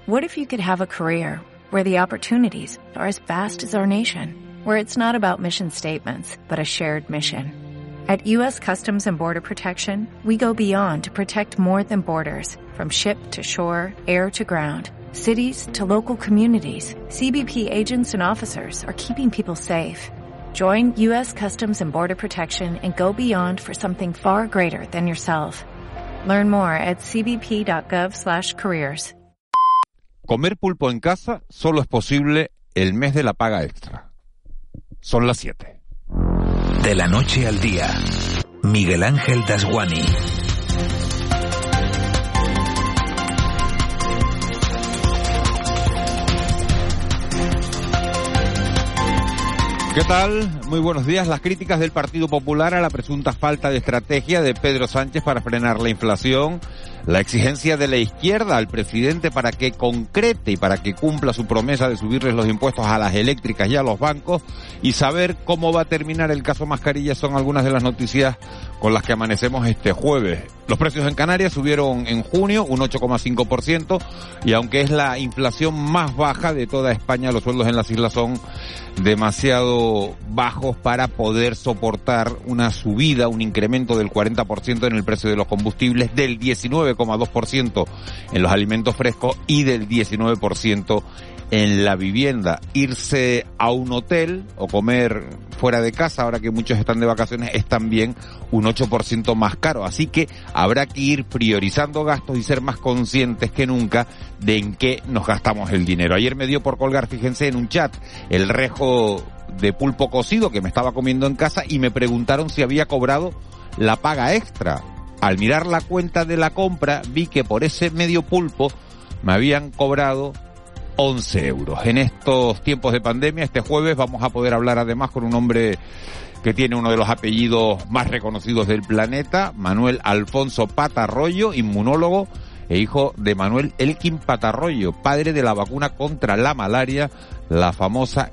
What if you could have a career where the opportunities are as vast as our nation, where it's not about mission statements, but a shared mission? At U.S. Customs and Border Protection, we go beyond to protect more than borders, from ship to shore, air to ground, cities to local communities. CBP agents and officers are keeping people safe. Join U.S. Customs and Border Protection and go beyond for something far greater than yourself. Learn more at cbp.gov/careers. Comer pulpo en casa solo es posible el mes de la paga extra. Son las 7. De la noche al día, Miguel Ángel Dasguani. ¿Qué tal? Muy buenos días. Las críticas del Partido Popular a la presunta falta de estrategia de Pedro Sánchez para frenar la inflación, la exigencia de la izquierda al presidente para que concrete y para que cumpla su promesa de subirles los impuestos a las eléctricas y a los bancos, y saber cómo va a terminar el caso Mascarilla son algunas de las noticias con las que amanecemos este jueves. Los precios en Canarias subieron en junio un 8,5%, y aunque es la inflación más baja de toda España, los sueldos en las islas son demasiado bajos para poder soportar una subida, un incremento del 40% en el precio de los combustibles, del 19,2% en los alimentos frescos y del 19% en la vivienda. Irse a un hotel o comer fuera de casa, ahora que muchos están de vacaciones, es también un 8% más caro. Así que habrá que ir priorizando gastos y ser más conscientes que nunca de en qué nos gastamos el dinero. Ayer me dio por colgar, fíjense, en un chat el rejo de pulpo cocido que me estaba comiendo en casa y me preguntaron si había cobrado la paga extra. Al mirar la cuenta de la compra vi que por ese medio pulpo me habían cobrado 11 euros. En estos tiempos de pandemia, este jueves vamos a poder hablar además con un hombre que tiene uno de los apellidos más reconocidos del planeta, Manuel Alfonso Patarroyo, inmunólogo e hijo de Manuel Elkin Patarroyo, padre de la vacuna contra la malaria, la famosa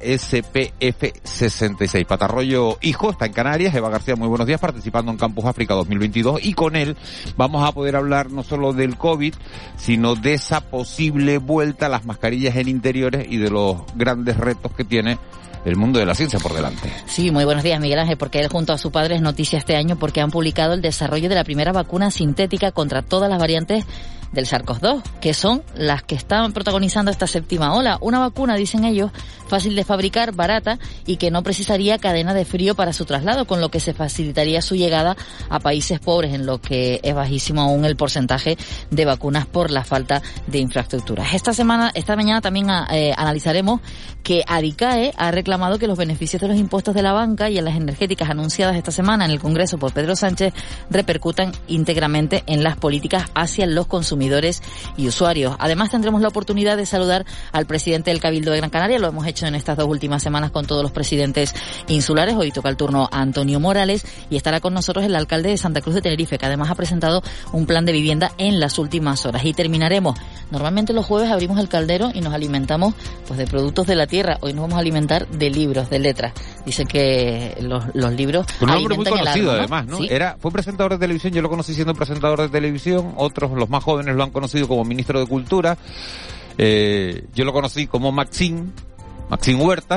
SPF66. Patarroyo, hijo, está en Canarias. Eva García, muy buenos días, participando en Campus África 2022, y con él vamos a poder hablar no solo del COVID, sino de esa posible vuelta a las mascarillas en interiores y de los grandes retos que tiene el mundo de la ciencia por delante. Sí, muy buenos días, Miguel Ángel, porque él junto a su padre es noticia este año porque han publicado el desarrollo de la primera vacuna sintética contra todas las variantes del SARS-CoV-2, que son las que están protagonizando esta séptima ola. Una vacuna, dicen ellos, fácil de fabricar, barata y que no precisaría cadena de frío para su traslado, con lo que se facilitaría su llegada a países pobres, en lo que es bajísimo aún el porcentaje de vacunas por la falta de infraestructuras. Esta mañana también analizaremos que Adicae ha reclamado que los beneficios de los impuestos de la banca y en las energéticas anunciadas esta semana en el Congreso por Pedro Sánchez repercutan íntegramente en las políticas hacia los consumidores y usuarios. Además, tendremos la oportunidad de saludar al presidente del Cabildo de Gran Canaria. Lo hemos hecho en estas 2 últimas semanas con todos los presidentes insulares. Hoy toca el turno a Antonio Morales y estará con nosotros el alcalde de Santa Cruz de Tenerife, que además ha presentado un plan de vivienda en las últimas horas. Y terminaremos. Normalmente los jueves abrimos el caldero y nos alimentamos pues de productos de la tierra. Hoy nos vamos a alimentar de libros, de letras. Dicen que los libros con un hombre muy conocido, alma, ¿no? Además, ¿no? ¿Sí? Fue presentador de televisión, yo lo conocí siendo presentador de televisión, otros, los más jóvenes, lo han conocido como ministro de Cultura. Yo lo conocí como Maxim Huerta.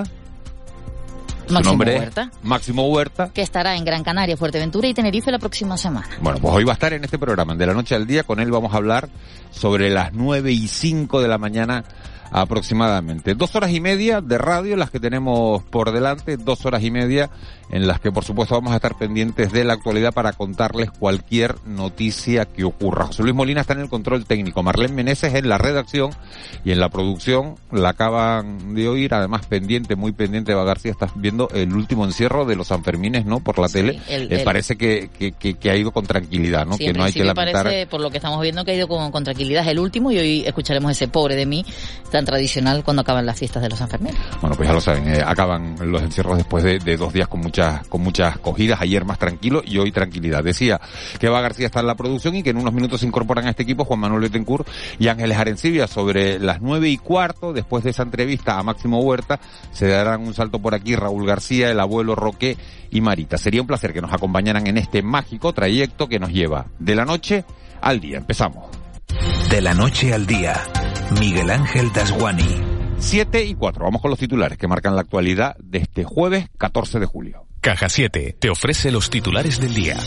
Máximo Huerta, que estará en Gran Canaria, Fuerteventura y Tenerife la próxima semana. Bueno, pues hoy va a estar en este programa, De la Noche al Día. Con él vamos a hablar sobre las 9:05 de la mañana aproximadamente. 2 horas y media de radio las que tenemos por delante, 2 horas y media en las que por supuesto vamos a estar pendientes de la actualidad para contarles cualquier noticia que ocurra. José Luis Molina está en el control técnico, Marlene Meneses en la redacción y en la producción. La acaban de oír, además muy pendiente, Eva García, estás viendo el último encierro de los Sanfermines, ¿no? Por la tele. Parece que ha ido con tranquilidad, ¿no? Sí, que no hay que lamentar. Parece, por lo que estamos viendo, que ha ido con tranquilidad el último, y hoy escucharemos ese Pobre de mí tan tradicional cuando acaban las fiestas de los Sanfermines. Bueno, pues ya lo saben, acaban los encierros después de 2 días con muchas cogidas. Ayer más tranquilo y hoy tranquilidad. Decía que Eva García está en la producción y que en unos minutos se incorporan a este equipo Juan Manuel Betancourt y Ángeles Arencibia. Sobre las 9:15, después de esa entrevista a Máximo Huerta, se darán un salto por aquí Raúl García, el abuelo Roque y Marita. Sería un placer que nos acompañaran en este mágico trayecto que nos lleva de la noche al día. Empezamos. De la noche al día, Miguel Ángel Dasguani. 7:04. Vamos con los titulares que marcan la actualidad de este jueves 14 de julio. Caja 7 te ofrece los titulares del día.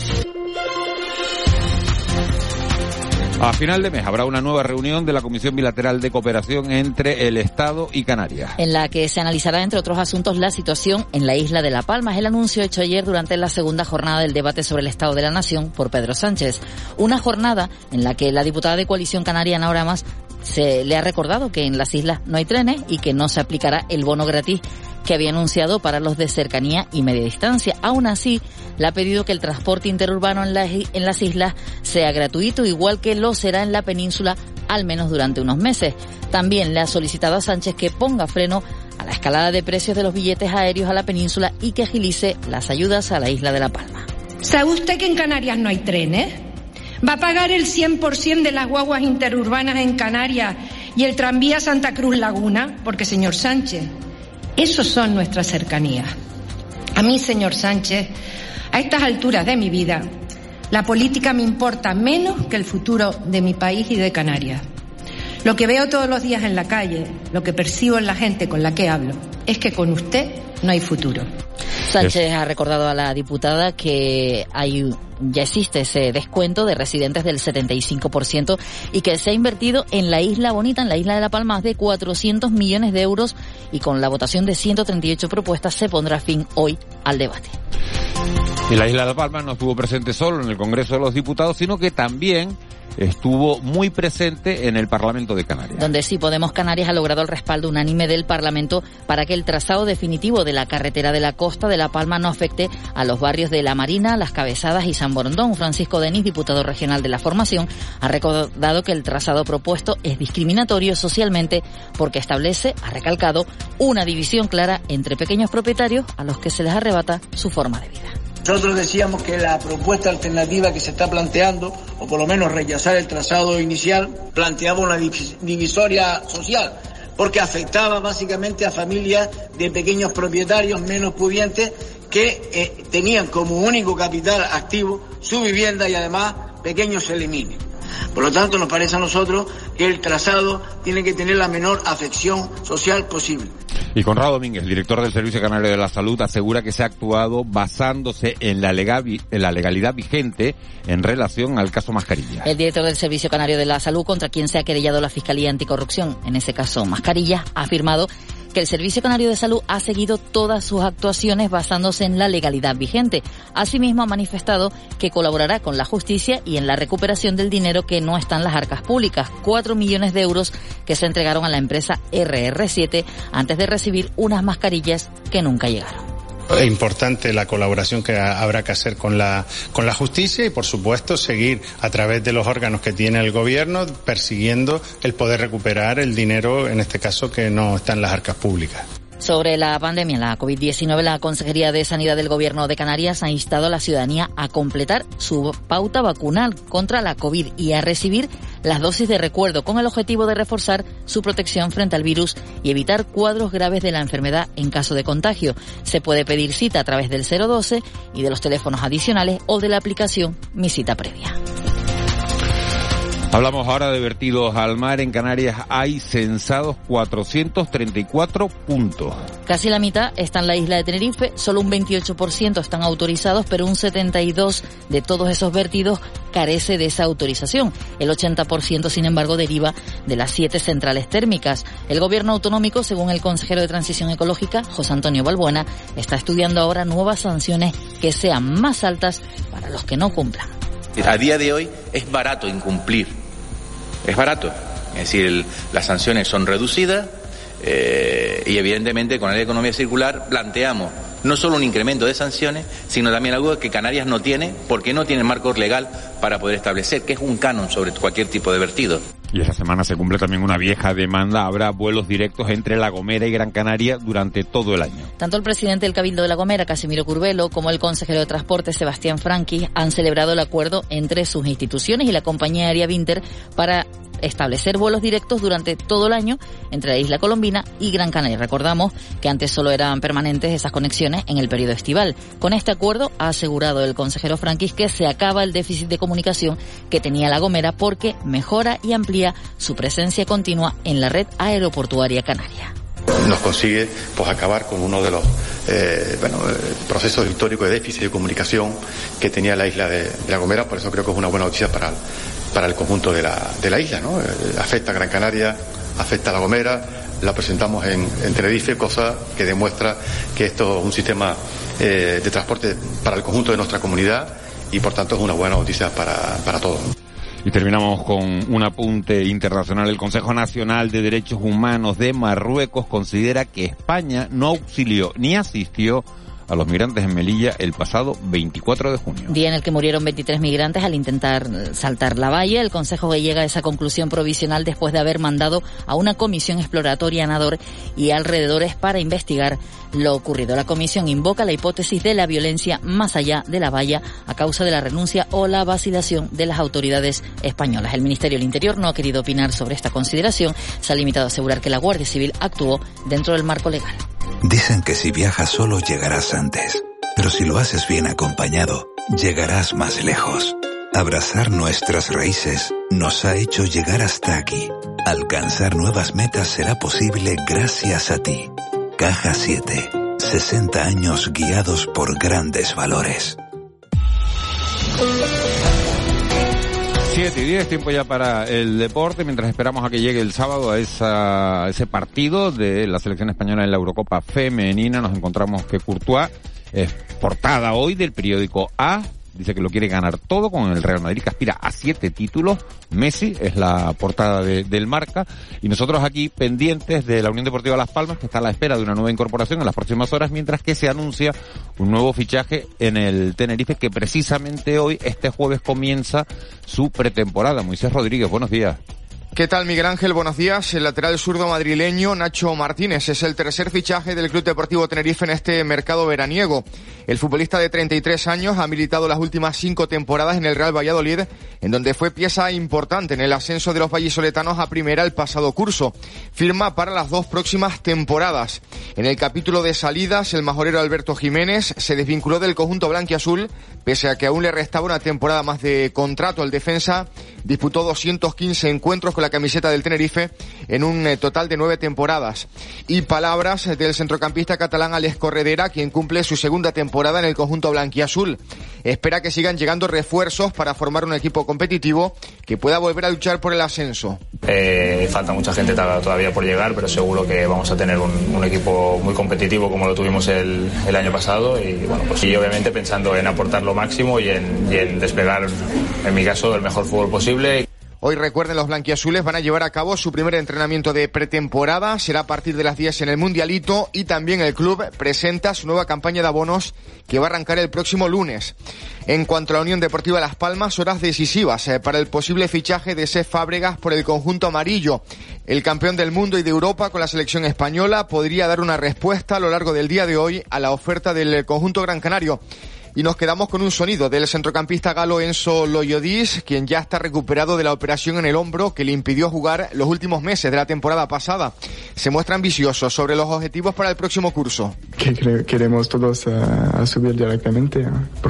A final de mes habrá una nueva reunión de la Comisión Bilateral de Cooperación entre el Estado y Canarias, en la que se analizará, entre otros asuntos, la situación en la isla de La Palma. Es el anuncio hecho ayer durante la segunda jornada del debate sobre el Estado de la Nación por Pedro Sánchez. Una jornada en la que la diputada de Coalición Canaria, Ana Oramas, se le ha recordado que en las islas no hay trenes y que no se aplicará el bono gratis que había anunciado para los de cercanía y media distancia. Aún así, le ha pedido que el transporte interurbano en las islas sea gratuito, igual que lo será en la península, al menos durante unos meses. También le ha solicitado a Sánchez que ponga freno a la escalada de precios de los billetes aéreos a la península y que agilice las ayudas a la isla de La Palma. ¿Sabe usted que en Canarias no hay trenes? ¿Va a pagar el 100% de las guaguas interurbanas en Canarias y el tranvía Santa Cruz Laguna? Porque, señor Sánchez, esos son nuestras cercanías. A mí, señor Sánchez, a estas alturas de mi vida, la política me importa menos que el futuro de mi país y de Canarias. Lo que veo todos los días en la calle, lo que percibo en la gente con la que hablo, es que con usted no hay futuro. Sánchez ha recordado a la diputada que ya existe ese descuento de residentes del 75% y que se ha invertido en la Isla Bonita, en la isla de La Palma, más de 400 millones de euros, y con la votación de 138 propuestas se pondrá fin hoy al debate. Y la isla de La Palma no estuvo presente solo en el Congreso de los Diputados, sino que también estuvo muy presente en el Parlamento de Canarias, donde sí Podemos Canarias ha logrado el respaldo unánime del Parlamento para que el trazado definitivo de la carretera de la costa de La Palma no afecte a los barrios de La Marina, Las Cabezadas y San Borondón. Francisco Denis, diputado regional de la formación, ha recordado que el trazado propuesto es discriminatorio socialmente porque establece, ha recalcado, una división clara entre pequeños propietarios a los que se les arrebata su forma de vida. Nosotros decíamos que la propuesta alternativa que se está planteando, o por lo menos rechazar el trazado inicial, planteaba una divisoria social, porque afectaba básicamente a familias de pequeños propietarios menos pudientes que tenían como único capital activo su vivienda y además pequeños se eliminen. Por lo tanto, nos parece a nosotros que el trazado tiene que tener la menor afección social posible. Y Conrado Domínguez, director del Servicio Canario de la Salud, asegura que se ha actuado basándose en la legalidad vigente en relación al caso Mascarillas. El director del Servicio Canario de la Salud, contra quien se ha querellado la Fiscalía Anticorrupción, en ese caso Mascarillas, ha afirmado que el Servicio Canario de Salud ha seguido todas sus actuaciones basándose en la legalidad vigente. Asimismo, ha manifestado que colaborará con la justicia y en la recuperación del dinero que no está en las arcas públicas, 4 millones de euros que se entregaron a la empresa RR7 antes de recibir unas mascarillas que nunca llegaron. Es importante la colaboración que habrá que hacer con la justicia y, por supuesto, seguir a través de los órganos que tiene el gobierno persiguiendo el poder recuperar el dinero, en este caso, que no está en las arcas públicas. Sobre la pandemia, la COVID-19, la Consejería de Sanidad del Gobierno de Canarias ha instado a la ciudadanía a completar su pauta vacunal contra la COVID y a recibir las dosis de recuerdo con el objetivo de reforzar su protección frente al virus y evitar cuadros graves de la enfermedad en caso de contagio. Se puede pedir cita a través del 012 y de los teléfonos adicionales o de la aplicación Mi Cita Previa. Hablamos ahora de vertidos al mar. En Canarias hay censados 434 puntos. Casi la mitad está en la isla de Tenerife, solo un 28% están autorizados, pero un 72% de todos esos vertidos carece de esa autorización. El 80%, sin embargo, deriva de las 7 centrales térmicas. El gobierno autonómico, según el consejero de Transición Ecológica, José Antonio Balbuena, está estudiando ahora nuevas sanciones que sean más altas para los que no cumplan. A día de hoy es barato incumplir, es barato, es decir, las sanciones son reducidas y evidentemente con la ley de economía circular planteamos no solo un incremento de sanciones, sino también algo que Canarias no tiene porque no tiene marco legal para poder establecer, que es un canon sobre cualquier tipo de vertido. Y esta semana se cumple también una vieja demanda. Habrá vuelos directos entre La Gomera y Gran Canaria durante todo el año. Tanto el presidente del Cabildo de La Gomera, Casimiro Curbelo, como el consejero de Transporte, Sebastián Franqui, han celebrado el acuerdo entre sus instituciones y la compañía aérea Vinter para establecer vuelos directos durante todo el año entre la isla colombina y Gran Canaria. Recordamos que antes solo eran permanentes esas conexiones en el periodo estival. Con este acuerdo ha asegurado el consejero Franquis que se acaba el déficit de comunicación que tenía La Gomera porque mejora y amplía su presencia continua en la red aeroportuaria canaria. Nos consigue acabar con uno de los procesos históricos de déficit de comunicación que tenía la isla de La Gomera. Por eso creo que es una buena noticia para el conjunto de la isla, ¿no? Afecta a Gran Canaria, afecta a La Gomera, la presentamos en Tenerife, cosa que demuestra que esto es un sistema de transporte para el conjunto de nuestra comunidad y por tanto es una buena noticia para todos. Y terminamos con un apunte internacional. El Consejo Nacional de Derechos Humanos de Marruecos considera que España no auxilió ni asistió a los migrantes en Melilla el pasado 24 de junio. Día en el que murieron 23 migrantes al intentar saltar la valla. El Consejo llega a esa conclusión provisional después de haber mandado a una comisión exploratoria a Nador y alrededores para investigar lo ocurrido. La comisión invoca la hipótesis de la violencia más allá de la valla a causa de la renuncia o la vacilación de las autoridades españolas. El Ministerio del Interior no ha querido opinar sobre esta consideración. Se ha limitado a asegurar que la Guardia Civil actuó dentro del marco legal. Dicen que si viajas solo llegarás antes, pero si lo haces bien acompañado, llegarás más lejos. Abrazar nuestras raíces nos ha hecho llegar hasta aquí. Alcanzar nuevas metas será posible gracias a ti. Caja 7. 60 años guiados por grandes valores. 7:10, tiempo ya para el deporte, mientras esperamos a que llegue el sábado a ese partido de la selección española en la Eurocopa femenina. Nos encontramos que Courtois es portada hoy del periódico A. Dice que lo quiere ganar todo con el Real Madrid, que aspira a 7 títulos. Messi es la portada del Marca. Y nosotros aquí pendientes de la Unión Deportiva Las Palmas, que está a la espera de una nueva incorporación en las próximas horas, mientras que se anuncia un nuevo fichaje en el Tenerife, que precisamente hoy, este jueves, comienza su pretemporada. Moisés Rodríguez, buenos días. ¿Qué tal, Miguel Ángel? Buenos días. El lateral zurdo madrileño Nacho Martínez es el tercer fichaje del Club Deportivo Tenerife en este mercado veraniego. El futbolista de 33 años ha militado las últimas 5 temporadas en el Real Valladolid, en donde fue pieza importante en el ascenso de los vallisoletanos a primera el pasado curso. Firma para las 2 próximas temporadas. En el capítulo de salidas, el majorero Alberto Jiménez se desvinculó del conjunto blanquiazul, pese a que aún le restaba una temporada más de contrato. El defensa disputó 215 encuentros con la camiseta del Tenerife en un total de 9 temporadas. Y palabras del centrocampista catalán Alex Corredera, quien cumple su segunda temporada en el conjunto blanquiazul. Espera que sigan llegando refuerzos para formar un equipo competitivo que pueda volver a luchar por el ascenso. Falta mucha gente todavía por llegar, pero seguro que vamos a tener un equipo muy competitivo como lo tuvimos el año pasado y bueno, pues y obviamente pensando en aportar lo máximo y en desplegar, en mi caso, el mejor fútbol posible. Hoy, recuerden, los blanquiazules van a llevar a cabo su primer entrenamiento de pretemporada. Será a partir de las 10 en el Mundialito y también el club presenta su nueva campaña de abonos que va a arrancar el próximo lunes. En cuanto a la Unión Deportiva Las Palmas, horas decisivas para el posible fichaje de Cesc Fábregas por el conjunto amarillo. El campeón del mundo y de Europa con la selección española podría dar una respuesta a lo largo del día de hoy a la oferta del conjunto gran canario. Y nos quedamos con un sonido del centrocampista galo Enzo Loyodis, quien ya está recuperado de la operación en el hombro que le impidió jugar los últimos meses de la temporada pasada. Se muestra ambicioso sobre los objetivos para el próximo curso. Queremos todos a subir directamente,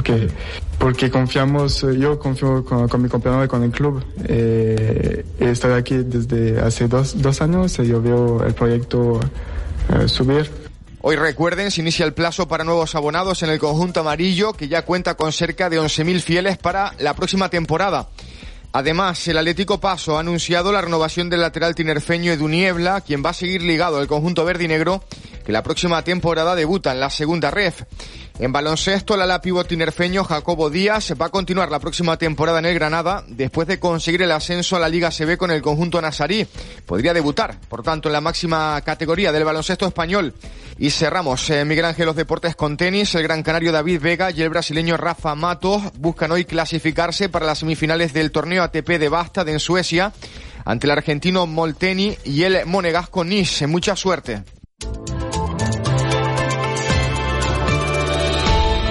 porque confiamos, yo confío con mi compañero y con el club. Estoy aquí desde hace dos años y yo veo el proyecto subir. Hoy, recuerden, se inicia el plazo para nuevos abonados en el conjunto amarillo, que ya cuenta con cerca de 11.000 fieles para la próxima temporada. Además, el Atlético Paso ha anunciado la renovación del lateral tinerfeño Edu Niebla, quien va a seguir ligado al conjunto verde y negro, que la próxima temporada debuta en la segunda ref. En baloncesto, el ala pívot tinerfeño Jacobo Díaz va a continuar la próxima temporada en el Granada, después de conseguir el ascenso a la Liga CB con el conjunto nazarí. Podría debutar, por tanto, en la máxima categoría del baloncesto español. Y cerramos, Miguel Ángel, los deportes con tenis. El gran canario David Vega y el brasileño Rafa Matos buscan hoy clasificarse para las semifinales del torneo ATP de Bastad en Suecia, ante el argentino Molteni y el monegasco Nice. Mucha suerte.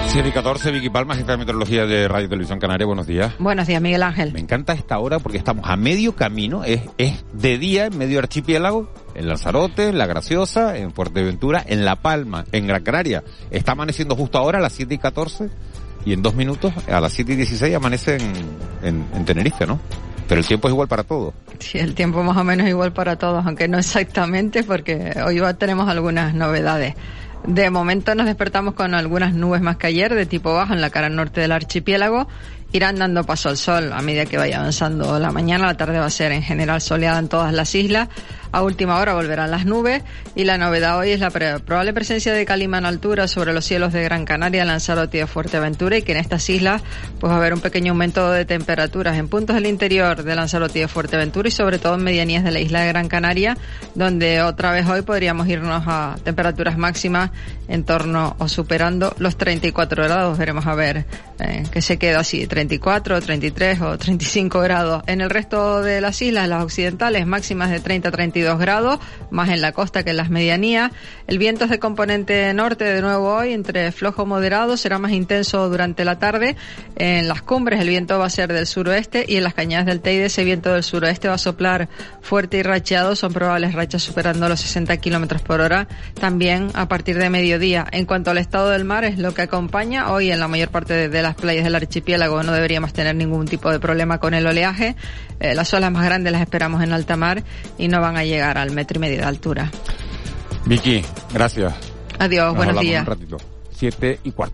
7:14, Vicky Palma, jefa de meteorología de Radio Televisión Canaria. Buenos días. Buenos días, Miguel Ángel. Me encanta esta hora porque estamos a medio camino, es de día en medio archipiélago, en Lanzarote, en La Graciosa, en Fuerteventura, en La Palma, en Gran Canaria. Está amaneciendo justo ahora a las 7:14 y en 2 minutos, a las 7:16, amanece en Tenerife, ¿no? Pero el tiempo es igual para todos. Sí, el tiempo más o menos igual para todos, aunque no exactamente, porque hoy tenemos algunas novedades. De momento nos despertamos con algunas nubes más que ayer, de tipo bajo en la cara norte del archipiélago. Irán dando paso al sol a medida que vaya avanzando la mañana. La tarde va a ser en general soleada en todas las islas. A última hora volverán las nubes y la novedad hoy es la probable presencia de calima en altura sobre los cielos de Gran Canaria, Lanzarote y de Fuerteventura, y que en estas islas pues va a haber un pequeño aumento de temperaturas en puntos del interior de Lanzarote y de Fuerteventura y sobre todo en medianías de la isla de Gran Canaria, donde otra vez hoy podríamos irnos a temperaturas máximas en torno o superando los 34 grados. Veremos a ver que se queda así, 34, 33 o 35 grados. En el resto de las islas, las occidentales, máximas de 30, 32 grados, más en la costa que en las medianías. El viento es de componente norte de nuevo hoy, entre flojo moderado, será más intenso durante la tarde. En las cumbres el viento va a ser del suroeste y en las cañadas del Teide ese viento del suroeste va a soplar fuerte y racheado. Son probables rachas superando los 60 kilómetros por hora, también a partir de mediodía. En cuanto al estado del mar, es lo que acompaña. Hoy en la mayor parte de las playas del archipiélago no deberíamos tener ningún tipo de problema con el oleaje. Las olas más grandes las esperamos en alta mar y no van a llegar al 1,5 metros de altura. Vicky, gracias. Adiós, buenos días. Un ratito. 7:15.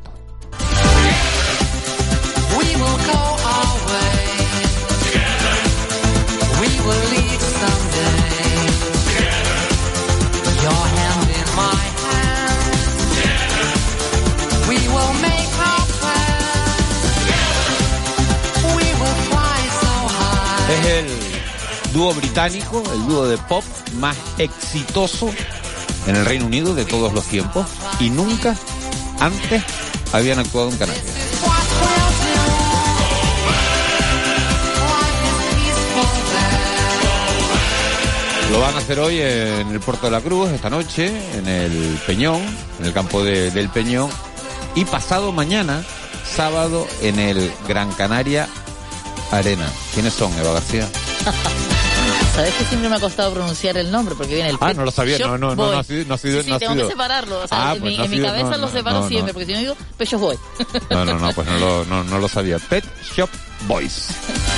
Es el dúo británico, el dúo de pop más exitoso en el Reino Unido de todos los tiempos y nunca antes habían actuado en Canarias. Lo van a hacer hoy en el Puerto de la Cruz, esta noche, en el Peñón, en el campo del Peñón, y pasado mañana, sábado, en el Gran Canaria Arena. ¿Quiénes son, Eva García? Sabes que siempre me ha costado pronunciar el nombre porque viene el no lo sabía, no ha sido. Sí, tengo que separarlo, o sea, en mi cabeza lo separo siempre, porque si no digo Pet Shop Boys. No, pues no lo sabía. Pet Shop Boys.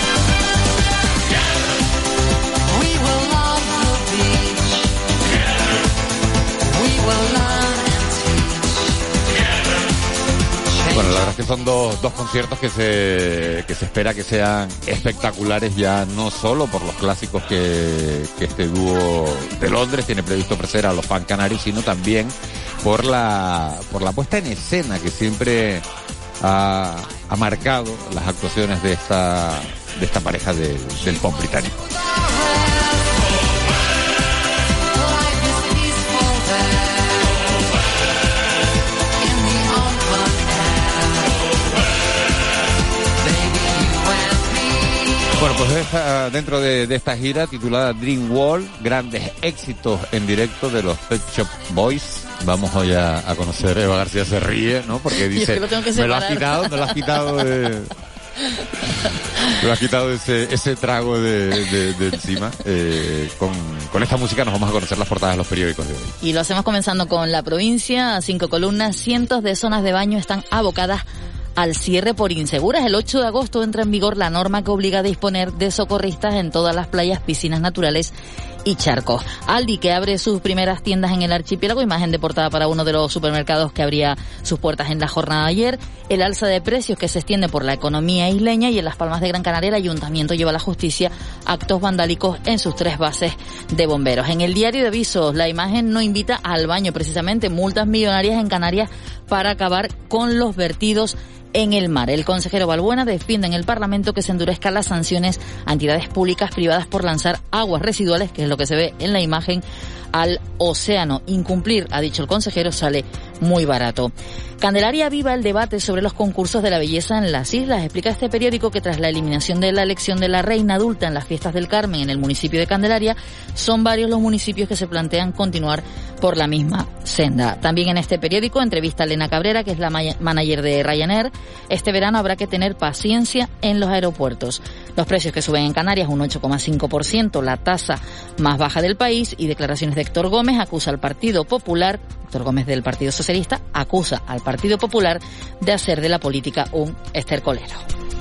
Bueno, la verdad es que son dos conciertos que se espera que sean espectaculares, ya no solo por los clásicos que este dúo de Londres tiene previsto ofrecer a los fans canarios, sino también por la puesta en escena que siempre ha marcado las actuaciones de esta pareja del pop británico. Bueno, pues dentro de esta gira titulada Dream World, grandes éxitos en directo de los Pet Shop Boys. Vamos hoy a conocer. Eva García se ríe, ¿no? Porque dice, me lo has quitado ese trago de encima. Con esta música nos vamos a conocer las portadas de los periódicos de hoy. Y lo hacemos comenzando con La Provincia, a 5 columnas. Cientos de zonas de baño están abocadas al cierre por inseguras. El 8 de agosto entra en vigor la norma que obliga a disponer de socorristas en todas las playas, piscinas naturales y charcos. Aldi, que abre sus primeras tiendas en el archipiélago, imagen de portada para uno de los supermercados que abría sus puertas en la jornada de ayer. El alza de precios que se extiende por la economía isleña, y en Las Palmas de Gran Canaria el ayuntamiento lleva a la justicia actos vandálicos en sus 3 bases de bomberos. En el diario de avisos, la imagen no invita al baño, precisamente multas millonarias en Canarias para acabar con los vertidos en el mar. El consejero Balbuena defiende en el Parlamento que se endurezcan las sanciones a entidades públicas privadas por lanzar aguas residuales, que es lo que se ve en la imagen, al océano. Incumplir, ha dicho el consejero, sale muy barato. Candelaria aviva el debate sobre los concursos de la belleza en las islas. Explica este periódico que tras la eliminación de la elección de la reina adulta en las fiestas del Carmen en el municipio de Candelaria, son varios los municipios que se plantean continuar por la misma senda. También en este periódico entrevista a Elena Cabrera, que es la manager de Ryanair. Este verano habrá que tener paciencia en los aeropuertos. Los precios que suben en Canarias un 8,5%, la tasa más baja del país, y declaraciones de Héctor Gómez acusa al Partido Popular, Héctor Gómez del Partido Socialista, acusa al Partido Popular de hacer de la política un estercolero.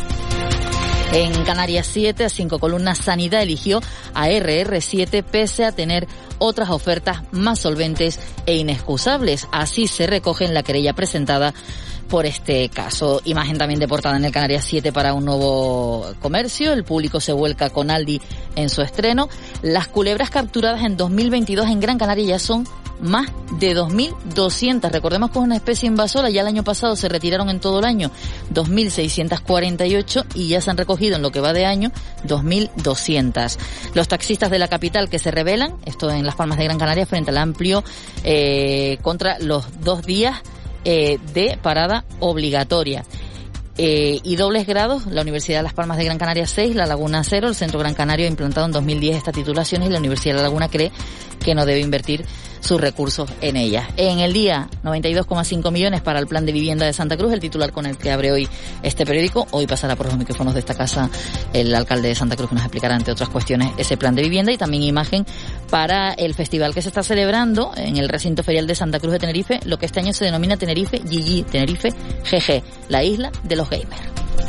En Canarias 7, a 5 columnas, Sanidad eligió a RR7 pese a tener otras ofertas más solventes e inexcusables. Así se recoge en la querella presentada por este caso. Imagen también de portada en el Canarias 7 para un nuevo comercio. El público se vuelca con Aldi en su estreno. Las culebras capturadas en 2022 en Gran Canaria ya son más de 2.200. Recordemos que es una especie invasora. Ya el año pasado se retiraron en todo el año 2.648 y ya se han recogido en lo que va de año 2.200. Los taxistas de la capital que se rebelan, esto en Las Palmas de Gran Canaria, frente al amplio contra los 2 días de parada obligatoria. Y dobles grados, la Universidad de Las Palmas de Gran Canaria 6, La Laguna 0, el Centro Gran Canario ha implantado en 2010 esta titulación y la Universidad de La Laguna cree que no debe invertir sus recursos en ellas. En el día, 92,5 millones para el plan de vivienda de Santa Cruz, el titular con el que abre hoy este periódico. Hoy pasará por los micrófonos de esta casa el alcalde de Santa Cruz, que nos explicará, entre otras cuestiones, ese plan de vivienda, y también imagen para el festival que se está celebrando en el recinto ferial de Santa Cruz de Tenerife, lo que este año se denomina Tenerife GG, Tenerife GG, la isla de los gamers.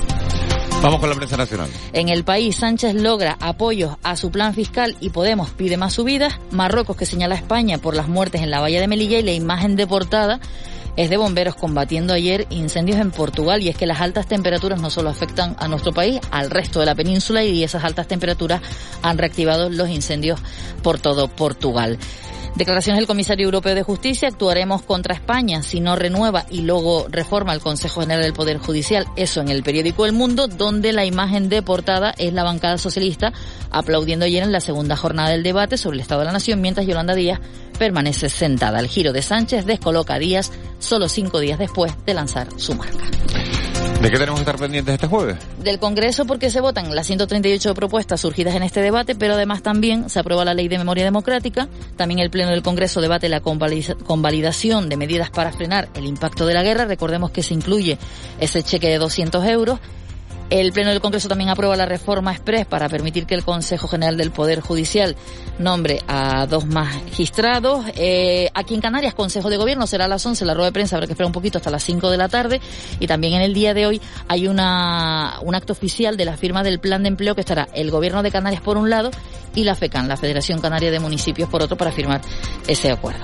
Vamos con la prensa nacional. En El País, Sánchez logra apoyos a su plan fiscal y Podemos pide más subidas. Marruecos, que señala a España por las muertes en la valla de Melilla, y la imagen de portada es de bomberos combatiendo ayer incendios en Portugal. Y es que las altas temperaturas no solo afectan a nuestro país, al resto de la península, y esas altas temperaturas han reactivado los incendios por todo Portugal. Declaraciones del comisario europeo de Justicia: actuaremos contra España si no renueva y luego reforma el Consejo General del Poder Judicial. Eso en el periódico El Mundo, donde la imagen de portada es la bancada socialista aplaudiendo ayer en la segunda jornada del debate sobre el Estado de la Nación, mientras Yolanda Díaz permanece sentada. El giro de Sánchez descoloca a Díaz solo 5 días después de lanzar su marca. ¿De qué tenemos que estar pendientes este jueves? Del Congreso, porque se votan las 138 propuestas surgidas en este debate, pero además también se aprueba la Ley de Memoria Democrática. También el Pleno del Congreso debate la convalidación de medidas para frenar el impacto de la guerra. Recordemos que se incluye ese cheque de 200 euros. El Pleno del Congreso también aprueba la reforma express para permitir que el Consejo General del Poder Judicial nombre a 2 magistrados. Aquí en Canarias, Consejo de Gobierno será a las 11, la rueda de prensa habrá que esperar un poquito hasta las 5 de la tarde. Y también en el día de hoy hay un acto oficial de la firma del Plan de Empleo, que estará el Gobierno de Canarias por un lado y la FECAN, la Federación Canaria de Municipios, por otro, para firmar ese acuerdo.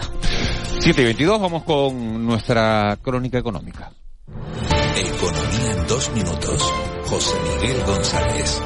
7:22, vamos con nuestra crónica económica. Economía en 2 minutos. José Miguel González.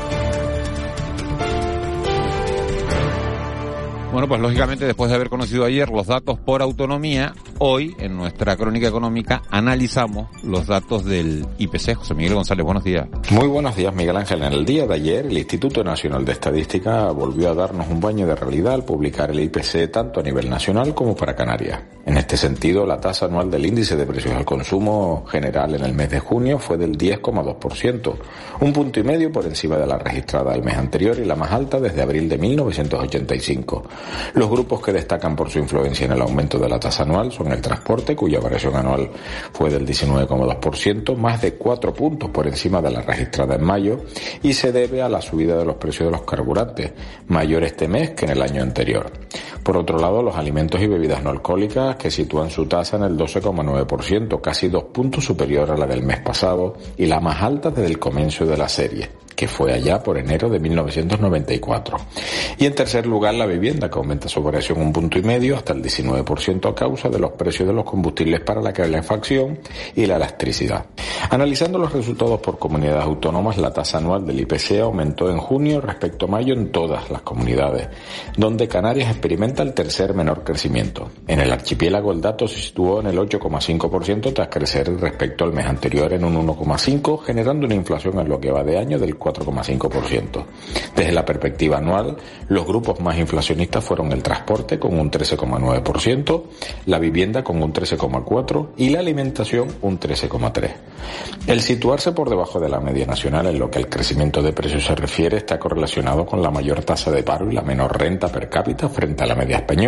Bueno, pues lógicamente, después de haber conocido ayer los datos por autonomía, hoy en nuestra crónica económica analizamos los datos del IPC. José Miguel González, buenos días. Muy buenos días, Miguel Ángel. En el día de ayer, el Instituto Nacional de Estadística volvió a darnos un baño de realidad al publicar el IPC tanto a nivel nacional como para Canarias. En este sentido, la tasa anual del índice de precios al consumo general en el mes de junio fue del 10,2%, 1,5 puntos por encima de la registrada el mes anterior y la más alta desde abril de 1985. Los grupos que destacan por su influencia en el aumento de la tasa anual son el transporte, cuya variación anual fue del 19,2%, más de 4 puntos por encima de la registrada en mayo, y se debe a la subida de los precios de los carburantes, mayor este mes que en el año anterior. Por otro lado, los alimentos y bebidas no alcohólicas, que sitúan su tasa en el 12,9%, casi 2 puntos superior a la del mes pasado y la más alta desde el comienzo de la serie, que fue allá por enero de 1994. Y en tercer lugar, la vivienda, que aumenta su variación 1,5 puntos hasta el 19% a causa de los precios de los combustibles para la calefacción y la electricidad. Analizando los resultados por comunidades autónomas, la tasa anual del IPC aumentó en junio respecto a mayo en todas las comunidades, donde Canarias experimenta el tercer menor crecimiento. En el archipiélago el dato se situó en el 8,5% tras crecer respecto al mes anterior en un 1,5%, generando una inflación en lo que va de año del 4,5%. Desde la perspectiva anual, los grupos más inflacionistas fueron el transporte con un 13,9%, la vivienda con un 13,4% y la alimentación un 13,3%. El situarse por debajo de la media nacional en lo que al crecimiento de precios se refiere está correlacionado con la mayor tasa de paro y la menor renta per cápita frente a la media española,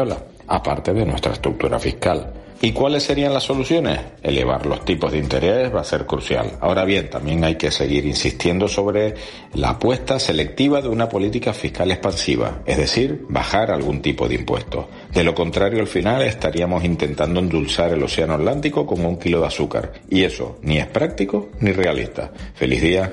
aparte de nuestra estructura fiscal. ¿Y cuáles serían las soluciones? Elevar los tipos de interés va a ser crucial. Ahora bien, también hay que seguir insistiendo sobre la apuesta selectiva de una política fiscal expansiva, es decir, bajar algún tipo de impuestos. De lo contrario, al final estaríamos intentando endulzar el océano Atlántico con 1 kilo de azúcar. Y eso ni es práctico ni realista. ¡Feliz día!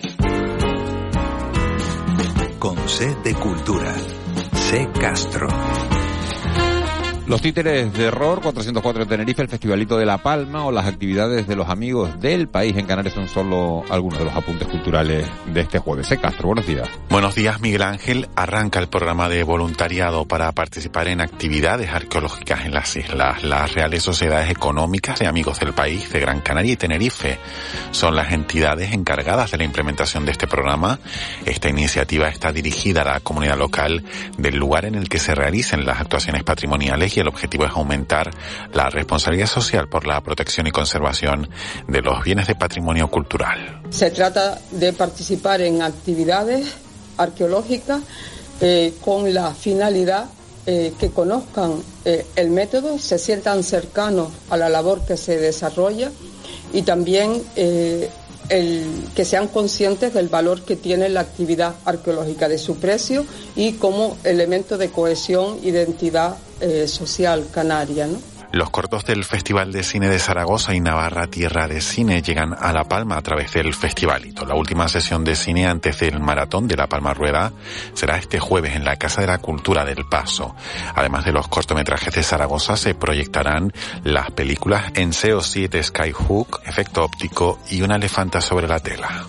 Con C de Cultura. C Castro. Los títeres de Error, 404 en Tenerife, el Festivalito de La Palma o las actividades de los amigos del país en Canarias son solo algunos de los apuntes culturales de este jueves. Castro, buenos días. Buenos días, Miguel Ángel. Arranca el programa de voluntariado para participar en actividades arqueológicas en las islas. Las Reales Sociedades Económicas de Amigos del País de Gran Canaria y Tenerife son las entidades encargadas de la implementación de este programa. Esta iniciativa está dirigida a la comunidad local del lugar en el que se realicen las actuaciones patrimoniales y el objetivo es aumentar la responsabilidad social por la protección y conservación de los bienes de patrimonio cultural. Se trata de participar en actividades arqueológicas con la finalidad que conozcan el método, se sientan cercanos a la labor que se desarrolla y también que sean conscientes del valor que tiene la actividad arqueológica, de su precio y como elemento de cohesión, identidad social canaria, ¿no? Los cortos del Festival de Cine de Zaragoza y Navarra Tierra de Cine llegan a La Palma a través del Festivalito. La última sesión de cine antes del Maratón de La Palma Rueda será este jueves en la Casa de la Cultura del Paso. Además de los cortometrajes de Zaragoza, se proyectarán las películas Enseo 7 Skyhook, Efecto Óptico y Una elefanta sobre la tela.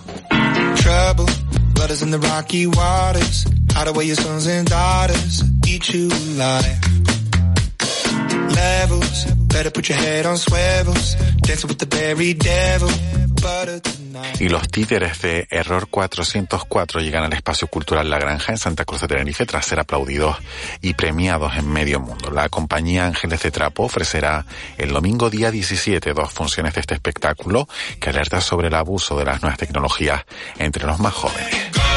Levels, better put your head on swivels, dancing with the very devil, butter tonight. Y los títeres de Error 404 llegan al espacio cultural La Granja en Santa Cruz de Tenerife tras ser aplaudidos y premiados en medio mundo. La compañía Ángeles de Trapo ofrecerá el domingo día 17 2 funciones de este espectáculo que alerta sobre el abuso de las nuevas tecnologías entre los más jóvenes.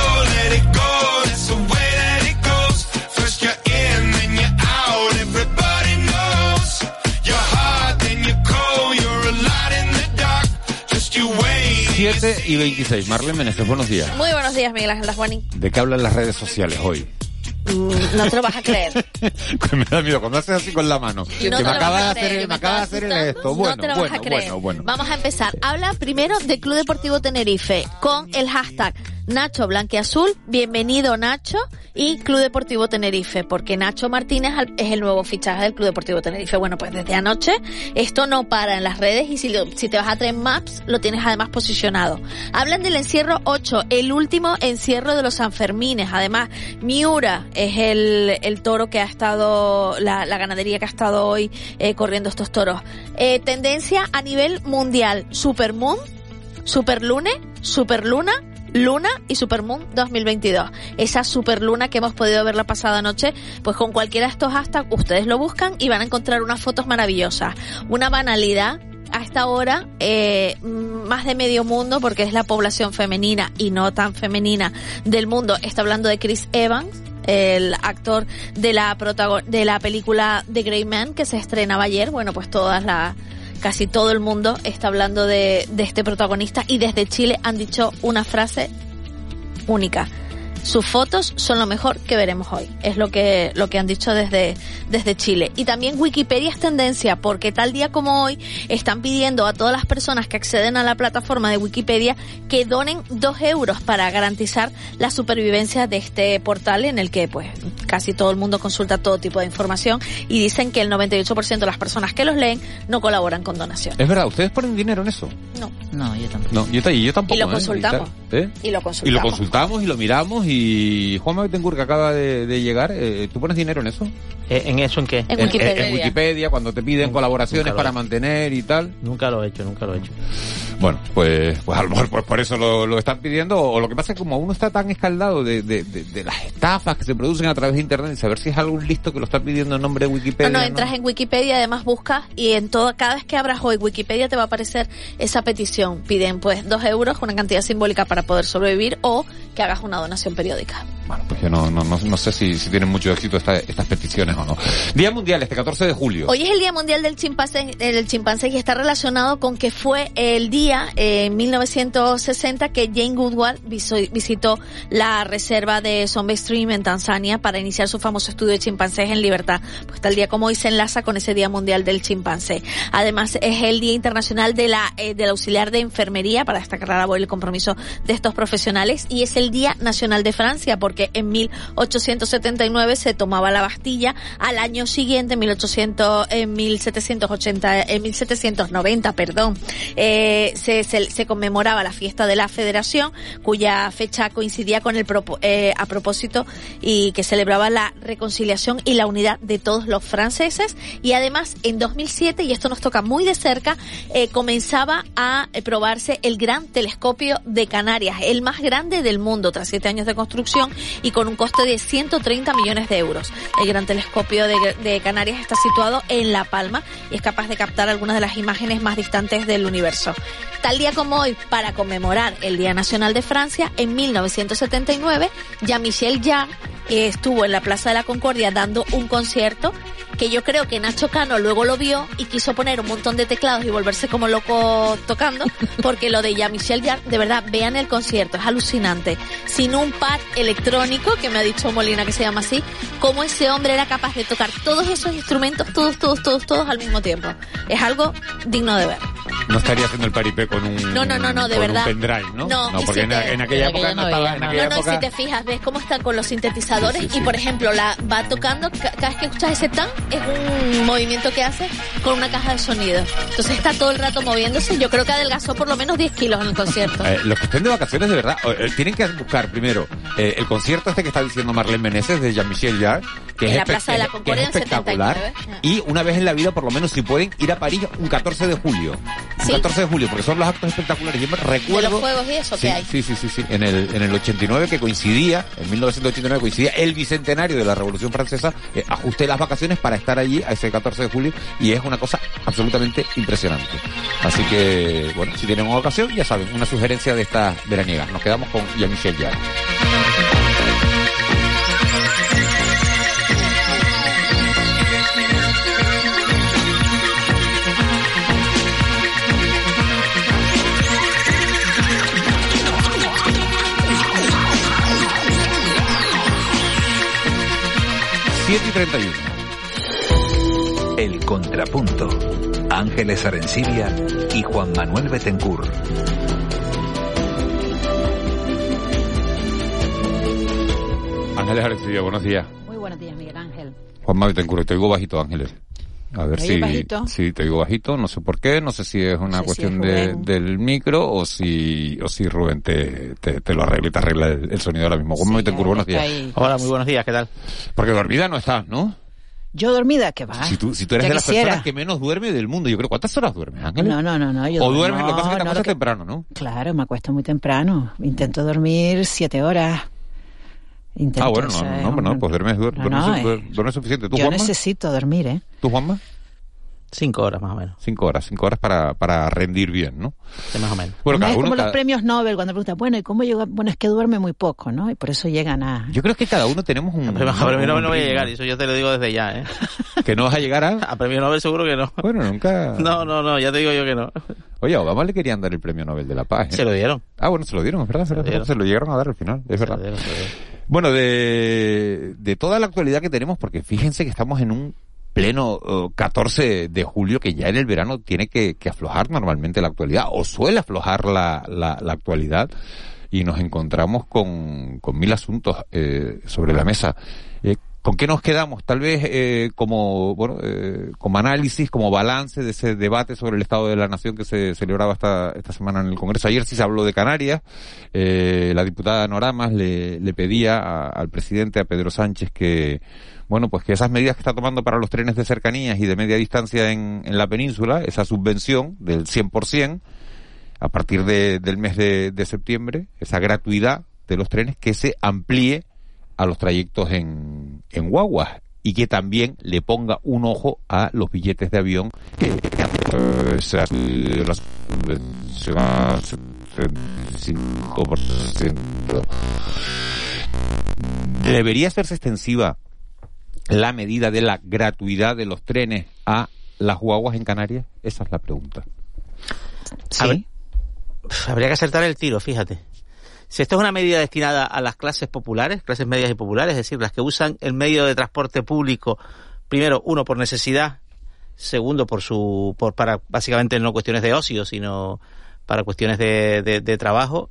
Siete y 26. Marlene Meneses, buenos días. Muy buenos días, Miguel Ángel Juanín. ¿De qué hablan las redes sociales hoy? No te lo vas a creer. Me da miedo cuando haces así con la mano. No que me acaba de hacer esto. Bueno, no te lo vas a creer. Bueno. Vamos a empezar. Habla primero del Club Deportivo Tenerife con el hashtag Nacho Blanquiazul, bienvenido Nacho, y Club Deportivo Tenerife, porque Nacho Martínez es el nuevo fichaje del Club Deportivo Tenerife. Bueno, pues desde anoche esto no para en las redes y si te vas a Trend Maps lo tienes además posicionado. Hablan del encierro 8, el último encierro de los Sanfermines. Además, Miura es el toro que ha estado, la ganadería que ha estado hoy corriendo estos toros. Tendencia a nivel mundial, Supermoon, Superlune, Superluna, Luna y Supermoon 2022. Esa superluna que hemos podido ver la pasada noche, pues con cualquiera de estos hashtags ustedes lo buscan y van a encontrar unas fotos maravillosas. Una banalidad a esta hora, más de medio mundo, porque es la población femenina y no tan femenina del mundo, está hablando de Chris Evans, el actor de la película The Gray Man que se estrenaba ayer. Bueno, pues casi todo el mundo está hablando de este protagonista y desde Chile han dicho una frase única. Sus fotos son lo mejor que veremos hoy. Es lo que han dicho desde Chile. Y también Wikipedia es tendencia, porque tal día como hoy están pidiendo a todas las personas que acceden a la plataforma de Wikipedia que donen 2 euros para garantizar la supervivencia de este portal en el que pues casi todo el mundo consulta todo tipo de información y dicen que el 98% de las personas que los leen no colaboran con donaciones. ¿Es verdad? ¿Ustedes ponen dinero en eso? No, yo tampoco. No, yo tampoco. Y lo consultamos. Y lo consultamos y lo miramos y Juanma Betancourt, que acaba de llegar, ¿tú pones dinero en eso? ¿En eso en qué? En Wikipedia. En Wikipedia, cuando te piden colaboraciones para mantener y tal. Nunca lo he hecho. Bueno, pues a lo mejor por eso lo están pidiendo, o lo que pasa es que como uno está tan escaldado de las estafas que se producen a través de internet, y saber si es algún listo que lo está pidiendo en nombre de Wikipedia. No, entras en Wikipedia, además buscas y cada vez que abras hoy Wikipedia te va a aparecer esa petición. Piden pues 2 euros, una cantidad simbólica para poder sobrevivir, o que hagas una donación periódica. Bueno, pues yo no sé si tienen mucho éxito estas peticiones o no. Día Mundial, 14 de julio. Hoy es el Día Mundial del Chimpancé y está relacionado con que fue el día, en 1960, que Jane Goodall visitó la reserva de Zombe Stream en Tanzania para iniciar su famoso estudio de chimpancés en libertad. Pues tal día como hoy se enlaza con ese Día Mundial del Chimpancé. Además, es el Día Internacional del Auxiliar de Enfermería, para destacar la labor y el compromiso de estos profesionales, y es el Día Nacional de Francia, porque en 1879 se tomaba la Bastilla. Al año siguiente, en 1790, se conmemoraba la fiesta de la Federación, cuya fecha coincidía con a propósito, y que celebraba la reconciliación y la unidad de todos los franceses. Y además, en 2007, y esto nos toca muy de cerca, comenzaba a probarse el Gran Telescopio de Canarias, el más grande del mundo, tras 7 años de construcción y con un coste de 130 millones de euros. El Gran Telescopio de Canarias está situado en La Palma y es capaz de captar algunas de las imágenes más distantes del universo. Tal día como hoy, para conmemorar el Día Nacional de Francia, en 1979, Jean-Michel Jarre estuvo en la Plaza de la Concordia dando un concierto que yo creo que Nacho Cano luego lo vio y quiso poner un montón de teclados y volverse como loco tocando, porque lo de Jean-Michel Jarre, de verdad, vean el concierto, es alucinante. Sin un pad electrónico, que me ha dicho Molina que se llama así, cómo ese hombre era capaz de tocar todos esos instrumentos, todos al mismo tiempo. Es algo digno de ver. No estaría haciendo el paripé con un de verdad. Un pendrive, ¿no? No, porque en aquella época no estaba. En aquella época... si te fijas, ves cómo está con los sintetizadores, sí. Y por ejemplo, va tocando, cada vez que escuchas ese tan, es un movimiento que hace con una caja de sonido. Entonces está todo el rato moviéndose. Yo creo que adelgazó por lo menos 10 kilos en el concierto. Los que estén de vacaciones, de verdad, tienen que buscar primero el concierto que está diciendo Marlene Meneses de Jean-Michel Jarre, que en es la Plaza de la Concordia en espectacular. 79. Y una vez en la vida, por lo menos, si pueden ir a París un 14 de julio. Sí. 14 de julio, porque son los actos espectaculares. Yo me recuerdo... De los juegos y eso que hay. Sí. En el 89, que coincidía, en 1989 coincidía el bicentenario de la Revolución Francesa, ajusté las vacaciones para estar allí a ese 14 de julio, y es una cosa absolutamente impresionante. Así que, bueno, si tienen una ocasión, ya saben, una sugerencia de esta veraniega. Nos quedamos con Jean-Michel Jarre. y 31. El Contrapunto. Ángeles Arencibia y Juan Manuel Betancourt. Ángeles Arencibia, buenos días. Muy buenos días, Miguel Ángel. Juan Manuel Betancourt, te oigo bajito, Ángeles. A ver si... bajito? Sí, te oigo bajito, no sé por qué, no sé si es una cuestión del micro o si Rubén te lo arregla y te arregla el sonido ahora mismo. Juan Manuel Betancourt, buenos días. Hola, muy buenos días, ¿qué tal? Porque dormida no estás, ¿no? Yo dormida, ¿qué va? Si tú eres de las personas que menos duerme del mundo, yo creo. ¿Cuántas horas duermes, Ángeles? No. O duermes, lo que pasa es que te acuestas temprano, ¿no? Claro, me acuesto muy temprano. Intento dormir 7 horas. Bueno, pues duermes suficiente. ¿Tú, yo Juanma? Necesito dormir, ¿eh? ¿Tú, Juanma? 5 horas más o menos. 5 horas para rendir bien, ¿no? Sí, más o menos. Bueno, es como los premios Nobel cuando preguntan, bueno, ¿y cómo llega? Bueno, es que duerme muy poco, ¿no? Y por eso llegan a... Yo creo que cada uno tenemos un... A premio Nobel no voy a llegar, eso yo te lo digo desde ya, ¿eh? ¿Que no vas a llegar a...? A premio Nobel seguro que no. Bueno, nunca... No, ya te digo yo que no. Oye, a Obama le querían dar el premio Nobel de la Paz, ¿eh? Se lo dieron. Ah, bueno, se lo dieron, es verdad. Se lo llegaron a dar al final, es verdad. Se lo dieron. Bueno, de toda la actualidad que tenemos, porque fíjense que estamos en un pleno 14 de julio, que ya en el verano tiene que aflojar normalmente la actualidad, o suele aflojar la actualidad, y nos encontramos con 1000 asuntos sobre la mesa. ¿Con qué nos quedamos? Tal vez como análisis, como balance de ese debate sobre el Estado de la Nación que se celebraba esta semana en el Congreso. Ayer sí se habló de Canarias. La diputada Noramas le pedía al presidente, a Pedro Sánchez, que esas medidas que está tomando para los trenes de cercanías y de media distancia en la península, esa subvención del 100%, a partir del mes de septiembre, esa gratuidad de los trenes, que se amplíe a los trayectos en guaguas, y que también le ponga un ojo a los billetes de avión, que se la subvención al 75%. ¿Debería hacerse extensiva la medida de la gratuidad de los trenes a las guaguas en Canarias? Esa es la pregunta. Sí. Habría que acertar el tiro, fíjate. Si esto es una medida destinada a las clases populares, clases medias y populares, es decir, las que usan el medio de transporte público, primero, uno, por necesidad, segundo, para básicamente no cuestiones de ocio, sino para cuestiones de trabajo,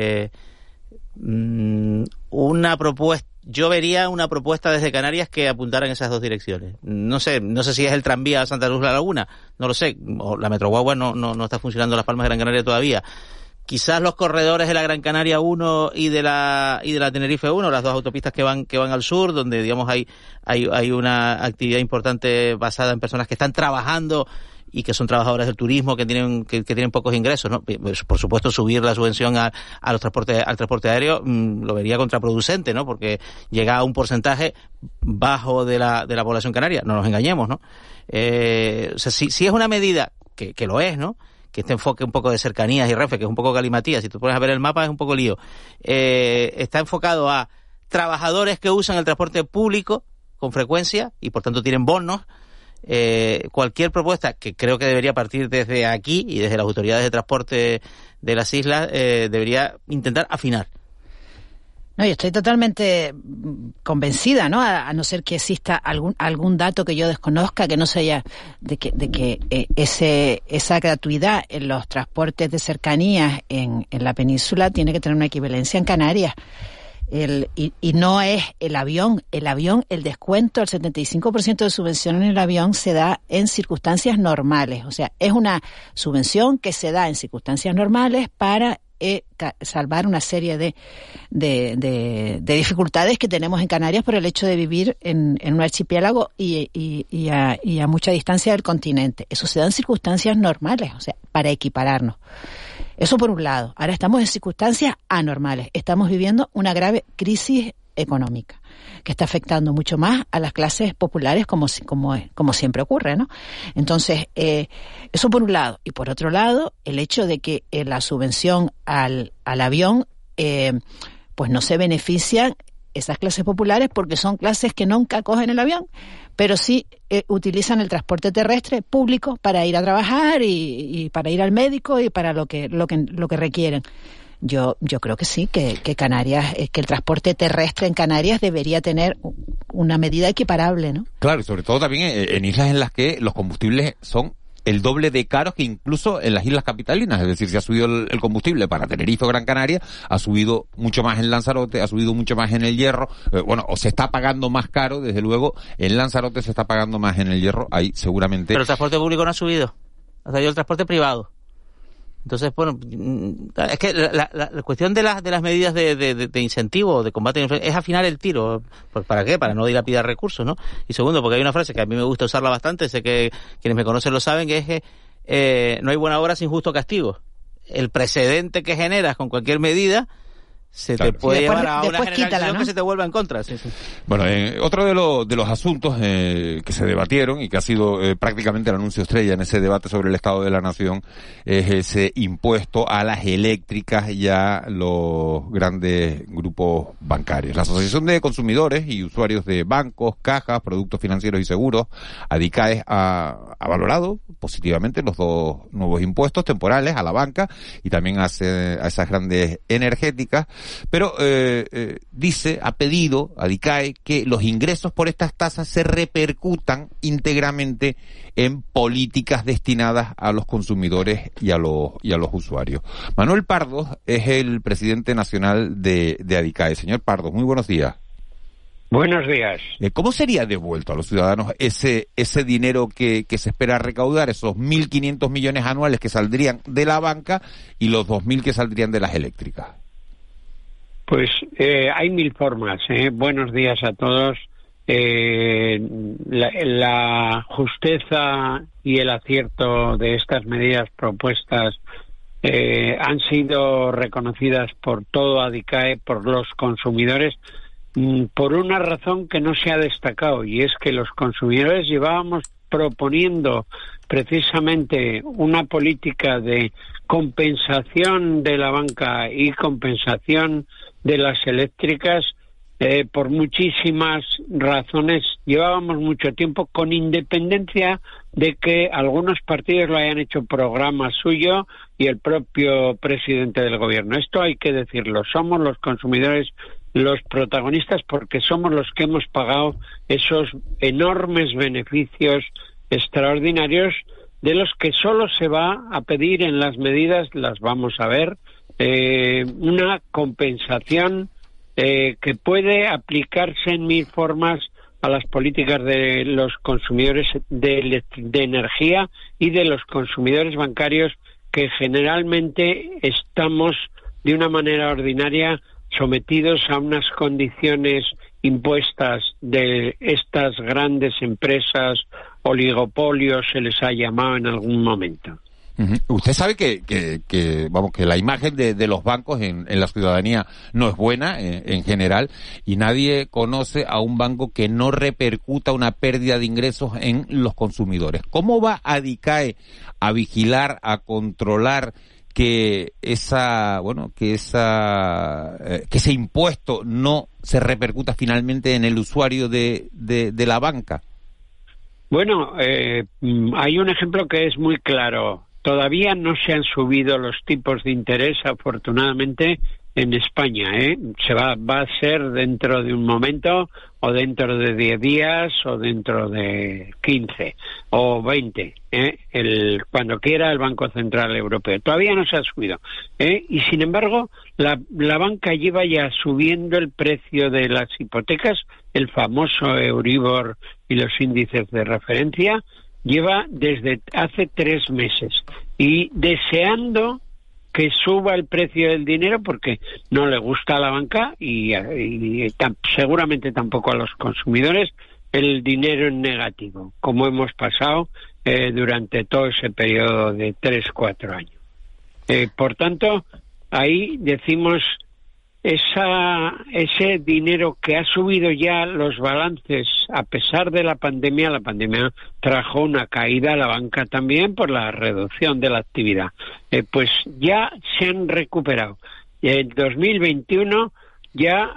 yo vería una propuesta desde Canarias que apuntara en esas dos direcciones. No sé si es el tranvía a Santa Cruz La Laguna, no lo sé, o la Metroguagua no está funcionando en Las Palmas de Gran Canaria todavía. Quizás los corredores de la Gran Canaria 1 y de la Tenerife 1, las dos autopistas que van al sur, donde digamos hay una actividad importante basada en personas que están trabajando y que son trabajadores del turismo, que tienen pocos ingresos, ¿no? Por supuesto, subir la subvención al transporte aéreo lo vería contraproducente, ¿no? Porque llega a un porcentaje bajo de la población canaria, no nos engañemos, ¿no? O sea, si es una medida que lo es, ¿no? Que este enfoque un poco de cercanías y Renfe, que es un poco galimatía, si tú pones a ver el mapa es un poco lío, está enfocado a trabajadores que usan el transporte público con frecuencia y por tanto tienen bonos. Cualquier propuesta que creo que debería partir desde aquí y desde las autoridades de transporte de las islas debería intentar afinar. No, yo estoy totalmente convencida, ¿no? A no ser que exista algún dato que yo desconozca, que no sea de que esa gratuidad en los transportes de cercanías en la península tiene que tener una equivalencia en Canarias. Y no es el avión, el descuento, el 75% de subvención en el avión se da en circunstancias normales. O sea, es una subvención que se da en circunstancias normales para salvar una serie de dificultades que tenemos en Canarias por el hecho de vivir en un archipiélago y a mucha distancia del continente. Eso se da en circunstancias normales, o sea, para equipararnos. Eso por un lado. Ahora estamos en circunstancias anormales. Estamos viviendo una grave crisis económica que está afectando mucho más a las clases populares como siempre ocurre, ¿no? Entonces, eso por un lado. Y por otro lado, el hecho de que la subvención al avión pues no se benefician esas clases populares porque son clases que nunca cogen el avión, pero sí utilizan el transporte terrestre público para ir a trabajar y para ir al médico y para lo que requieren. Yo creo que sí, que Canarias, que el transporte terrestre en Canarias debería tener una medida equiparable, ¿no? Claro, y sobre todo también en islas en las que los combustibles son el doble de caros que incluso en las islas capitalinas. Es decir, si ha subido el combustible para Tenerife o Gran Canaria, ha subido mucho más en Lanzarote, ha subido mucho más en El Hierro. O se está pagando más caro, desde luego, en Lanzarote se está pagando más en El Hierro, ahí seguramente... Pero el transporte público no ha subido, ha salido el transporte privado. Entonces, bueno, es que la cuestión de las medidas de incentivo, de combate es afinar el tiro. ¿Para qué? Para no dilapidar recursos, ¿no? Y segundo, porque hay una frase que a mí me gusta usarla bastante, sé que quienes me conocen lo saben, que es que no hay buena obra sin justo castigo. El precedente que generas con cualquier medida te puede llevar a una generalización, ¿no? Que se te vuelva en contra. Sí. Bueno, otro de los asuntos que se debatieron y que ha sido prácticamente el anuncio estrella en ese debate sobre el Estado de la Nación es ese impuesto a las eléctricas y a los grandes grupos bancarios. La Asociación de Consumidores y Usuarios de Bancos, Cajas, Productos Financieros y Seguros, ADICAES, ha valorado positivamente los dos nuevos impuestos temporales a la banca y también a esas grandes energéticas. Pero ha pedido a DICAE que los ingresos por estas tasas se repercutan íntegramente en políticas destinadas a los consumidores y a los usuarios. Manuel Pardos es el presidente nacional de ADICAE. Señor Pardos, muy buenos días. Buenos días. ¿Cómo sería devuelto a los ciudadanos ese dinero que se espera recaudar, esos 1.500 millones anuales que saldrían de la banca y los 2.000 que saldrían de las eléctricas? Pues hay mil formas. Buenos días a todos. La justeza y el acierto de estas medidas propuestas han sido reconocidas por todo ADICAE, por los consumidores, por una razón que no se ha destacado, y es que los consumidores llevábamos proponiendo precisamente una política de compensación de la banca y compensación de las eléctricas por muchísimas razones. Llevábamos mucho tiempo, con independencia de que algunos partidos lo hayan hecho programa suyo y el propio presidente del gobierno. Esto hay que decirlo. Somos los consumidores los protagonistas porque somos los que hemos pagado esos enormes beneficios extraordinarios de los que solo se va a pedir en las medidas, las vamos a ver, una compensación que puede aplicarse en mil formas a las políticas de los consumidores de energía y de los consumidores bancarios, que generalmente estamos de una manera ordinaria sometidos a unas condiciones impuestas de estas grandes empresas, oligopolios se les ha llamado en algún momento. Usted sabe que la imagen de los bancos en la ciudadanía no es buena en general, y nadie conoce a un banco que no repercuta una pérdida de ingresos en los consumidores. ¿Cómo va Adicae a vigilar, a controlar que ese impuesto no se repercuta finalmente en el usuario de la banca? Bueno, hay un ejemplo que es muy claro. Todavía no se han subido los tipos de interés, afortunadamente, en España, va a ser dentro de un momento, o dentro de 10 días, o dentro de 15 o 20, cuando quiera el Banco Central Europeo. Todavía no se ha subido, y sin embargo la banca lleva ya subiendo el precio de las hipotecas, el famoso Euribor y los índices de referencia, lleva desde hace 3 meses, y deseando que suba el precio del dinero, porque no le gusta a la banca y seguramente tampoco a los consumidores el dinero en negativo, como hemos pasado durante todo ese periodo de 3-4 años. Por tanto, ahí decimos, ese dinero que ha subido ya los balances a pesar de la pandemia trajo una caída a la banca también por la reducción de la actividad, pues ya se han recuperado. En 2021 ya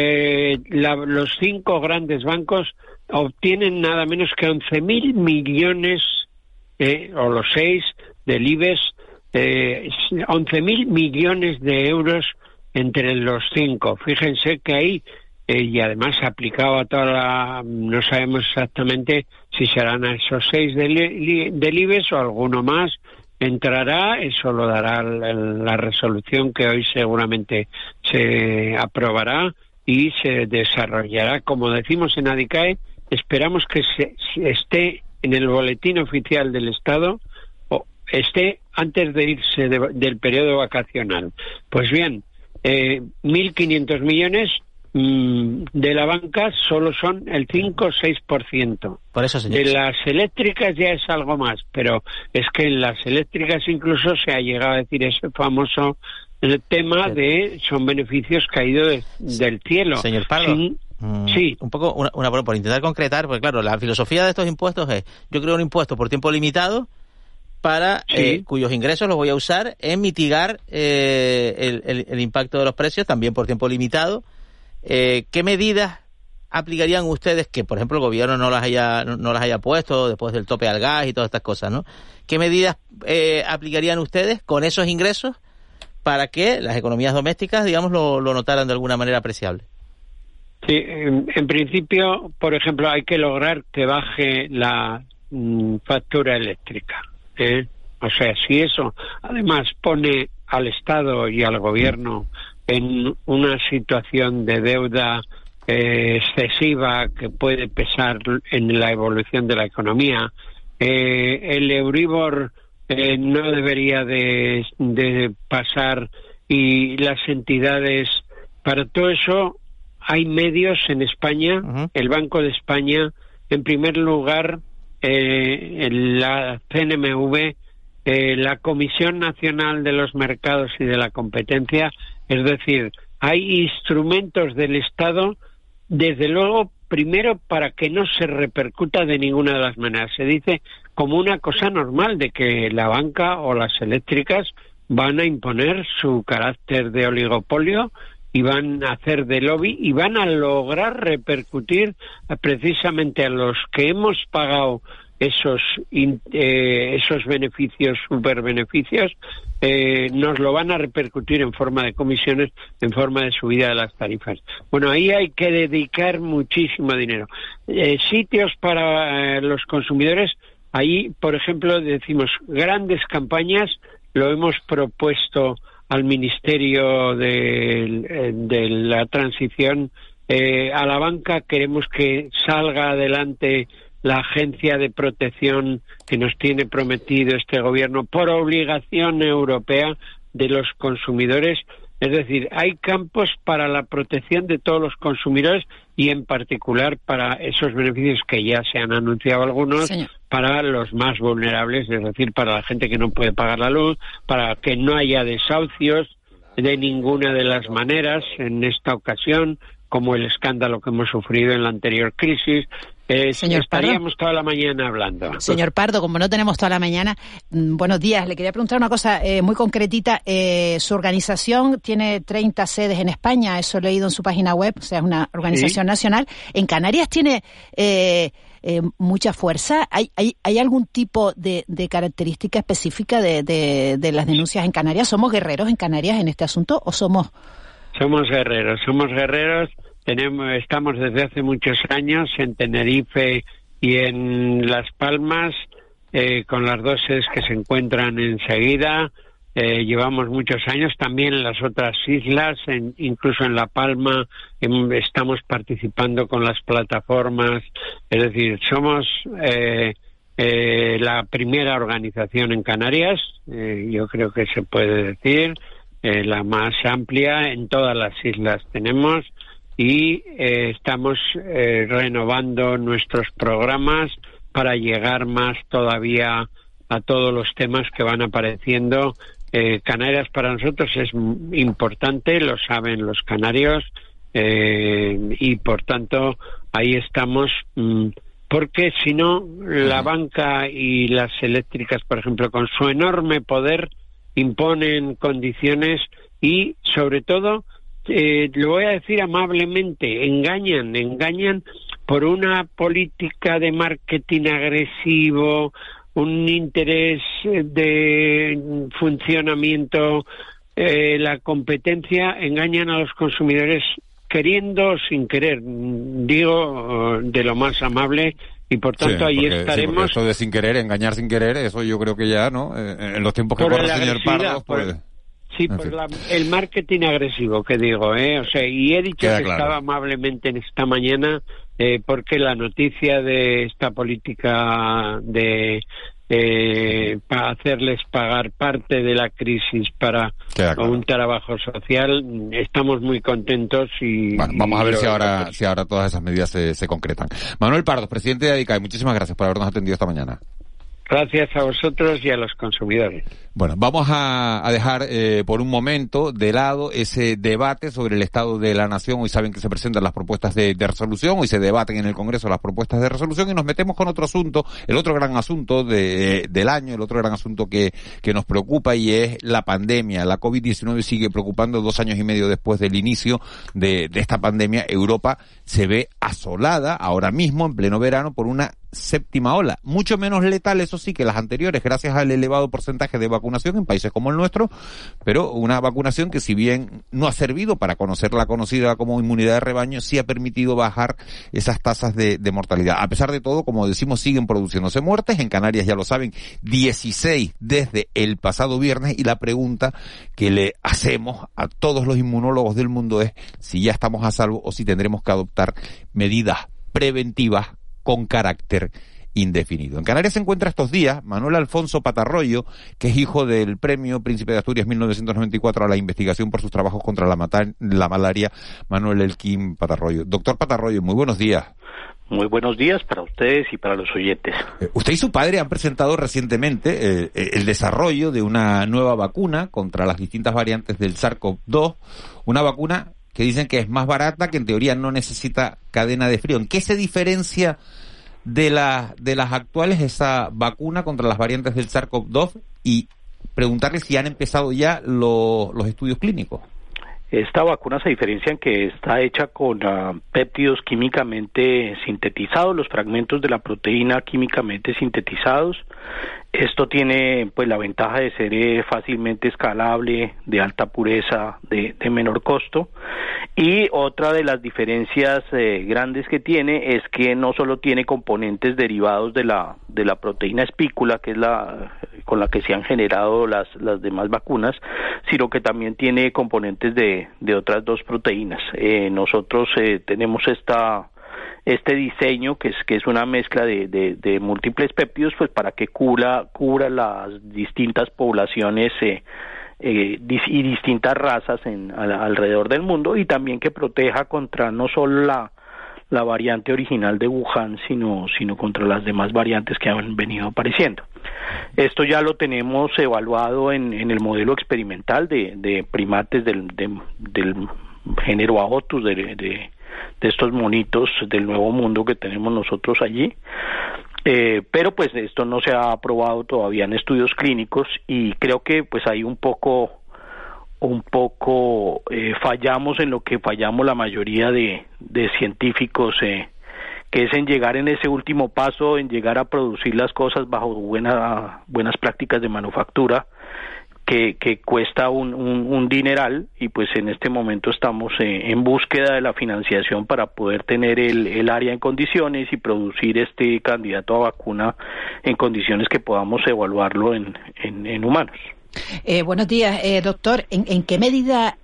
los 5 grandes bancos obtienen nada menos que 11.000 millones, o los 6 del IBEX, 11.000 millones de euros entre los 5. Fíjense que ahí, y además aplicado a no sabemos exactamente si serán a esos 6 del IBEX o alguno más entrará, eso lo dará la resolución que hoy seguramente se aprobará y se desarrollará. Como decimos en Adicae, esperamos que esté en el boletín oficial del Estado, o esté antes de irse del periodo vacacional. Pues bien, 1.500 millones de la banca solo son el 5 o 6%. Por eso, señor. De las eléctricas ya es algo más, pero es que en las eléctricas incluso se ha llegado a decir ese famoso tema de son beneficios caídos del cielo. Señor Pardo, sí. Un poco por intentar concretar, porque claro, la filosofía de estos impuestos es, yo creo un impuesto por tiempo limitado para cuyos ingresos los voy a usar en mitigar el impacto de los precios, también por tiempo limitado. ¿Qué medidas aplicarían ustedes, que por ejemplo el gobierno no las haya puesto después del tope al gas y todas estas cosas, ¿no? ¿Qué medidas aplicarían ustedes con esos ingresos para que las economías domésticas, digamos, lo notaran de alguna manera apreciable? Sí, en principio, por ejemplo, hay que lograr que baje la factura eléctrica. O sea, si eso además pone al Estado y al Gobierno en una situación de deuda excesiva que puede pesar en la evolución de la economía, el Euribor no debería de pasar, y las entidades, para todo eso hay medios en España. El Banco de España, en primer lugar, la CNMV, la Comisión Nacional de los Mercados y de la Competencia, es decir, hay instrumentos del Estado, desde luego, primero para que no se repercuta de ninguna de las maneras. Se dice como una cosa normal de que la banca o las eléctricas van a imponer su carácter de oligopolio y van a hacer de lobby y van a lograr repercutir precisamente a los que hemos pagado esos beneficios, superbeneficios, nos lo van a repercutir en forma de comisiones, en forma de subida de las tarifas. Bueno, ahí hay que dedicar muchísimo dinero. Sitios para los consumidores, ahí, por ejemplo, decimos grandes campañas, lo hemos propuesto al Ministerio de la Transición. A la banca queremos que salga adelante la agencia de protección que nos tiene prometido este gobierno por obligación europea de los consumidores. Es decir, hay campos para la protección de todos los consumidores y en particular para esos beneficios que ya se han anunciado algunos, señor, para los más vulnerables, es decir, para la gente que no puede pagar la luz, para que no haya desahucios de ninguna de las maneras en esta ocasión, como el escándalo que hemos sufrido en la anterior crisis. Estaríamos toda la mañana hablando. Señor Pardo, como no tenemos toda la mañana, buenos días. Le quería preguntar una cosa muy concretita. Su organización tiene 30 sedes en España, eso he leído en su página web, o sea, es una organización nacional. ¿En Canarias tiene mucha fuerza? ¿Hay algún tipo de característica específica de las denuncias en Canarias? ¿Somos guerreros en Canarias en este asunto o somos...? Somos guerreros. Estamos desde hace muchos años en Tenerife y en Las Palmas, con las dos sedes que se encuentran enseguida. Llevamos muchos años también en las otras islas, incluso en La Palma estamos participando con las plataformas. Es decir, somos la primera organización en Canarias, yo creo que se puede decir, la más amplia en todas las islas tenemos. Y estamos renovando nuestros programas para llegar más todavía a todos los temas que van apareciendo. Canarias para nosotros es importante, lo saben los canarios, y por tanto ahí estamos, porque si no, la banca y las eléctricas, por ejemplo, con su enorme poder, imponen condiciones y, sobre todo, lo voy a decir amablemente, engañan por una política de marketing agresivo, un interés de funcionamiento, la competencia, engañan a los consumidores queriendo o sin querer, digo de lo más amable, y por tanto ahí estaremos. Eso de sin querer, engañar sin querer, eso yo creo que ya, ¿no? En los tiempos que corre el señor Pardo, pues... Sí, por el marketing agresivo que digo, O sea, y he dicho que estaba amablemente en esta mañana porque la noticia de esta política de para hacerles pagar parte de la crisis para un trabajo social, estamos muy contentos y... Bueno, vamos a ver si ahora todas esas medidas se concretan. Manuel Pardo, presidente de ADICAE, muchísimas gracias por habernos atendido esta mañana. Gracias a vosotros y a los consumidores. Bueno, vamos a dejar por un momento de lado ese debate sobre el estado de la nación. Hoy saben que se presentan las propuestas de resolución, hoy se debaten en el Congreso las propuestas de resolución y nos metemos con otro asunto, el otro gran asunto del año, el otro gran asunto que nos preocupa, y es la pandemia. La COVID-19 sigue preocupando 2 años y medio después del inicio de esta pandemia. Europa se ve asolada ahora mismo, en pleno verano, por una séptima ola, mucho menos letal, eso sí, que las anteriores, gracias al elevado porcentaje de vacunación en países como el nuestro, pero una vacunación que, si bien no ha servido para conocer la conocida como inmunidad de rebaño, sí ha permitido bajar esas tasas de mortalidad. A pesar de todo, como decimos, siguen produciéndose muertes. En Canarias, ya lo saben, 16 desde el pasado viernes, y la pregunta que le hacemos a todos los inmunólogos del mundo es si ya estamos a salvo o si tendremos que adoptar medidas preventivas con carácter indefinido. En Canarias se encuentra estos días Manuel Alfonso Patarroyo, que es hijo del Premio Príncipe de Asturias 1994 a la investigación por sus trabajos contra la malaria, Manuel Elquín Patarroyo. Doctor Patarroyo, muy buenos días. Muy buenos días para ustedes y para los oyentes. Usted y su padre han presentado recientemente el desarrollo de una nueva vacuna contra las distintas variantes del SARS-CoV-2, una vacuna que dicen que es más barata, que en teoría no necesita cadena de frío. ¿En qué se diferencia de las actuales esa vacuna contra las variantes del SARS-CoV-2? Y preguntarle si han empezado ya los estudios clínicos. Esta vacuna se diferencia en que está hecha con péptidos químicamente sintetizados, los fragmentos de la proteína químicamente sintetizados. Esto tiene pues la ventaja de ser fácilmente escalable, de alta pureza, de menor costo. Y otra de las diferencias grandes que tiene es que no solo tiene componentes derivados de la proteína espícula, que es la con la que se han generado las demás vacunas, sino que también tiene componentes de otras dos proteínas. Nosotros tenemos este diseño que es una mezcla de múltiples péptidos, pues para que cubra las distintas poblaciones y distintas razas alrededor del mundo, y también que proteja contra no solo la variante original de Wuhan, sino contra las demás variantes que han venido apareciendo. Esto ya lo tenemos evaluado en el modelo experimental de primates del género Aotus, de estos monitos del Nuevo Mundo que tenemos nosotros allí, pero pues esto no se ha aprobado todavía en estudios clínicos, y creo que pues hay un poco fallamos en lo que fallamos la mayoría de científicos, que es en llegar en ese último paso, en llegar a producir las cosas bajo buenas prácticas de manufactura, que cuesta un dineral, y pues en este momento estamos en búsqueda de la financiación para poder tener el área en condiciones y producir este candidato a vacuna en condiciones que podamos evaluarlo en humanos. Buenos días, doctor. ¿En qué medida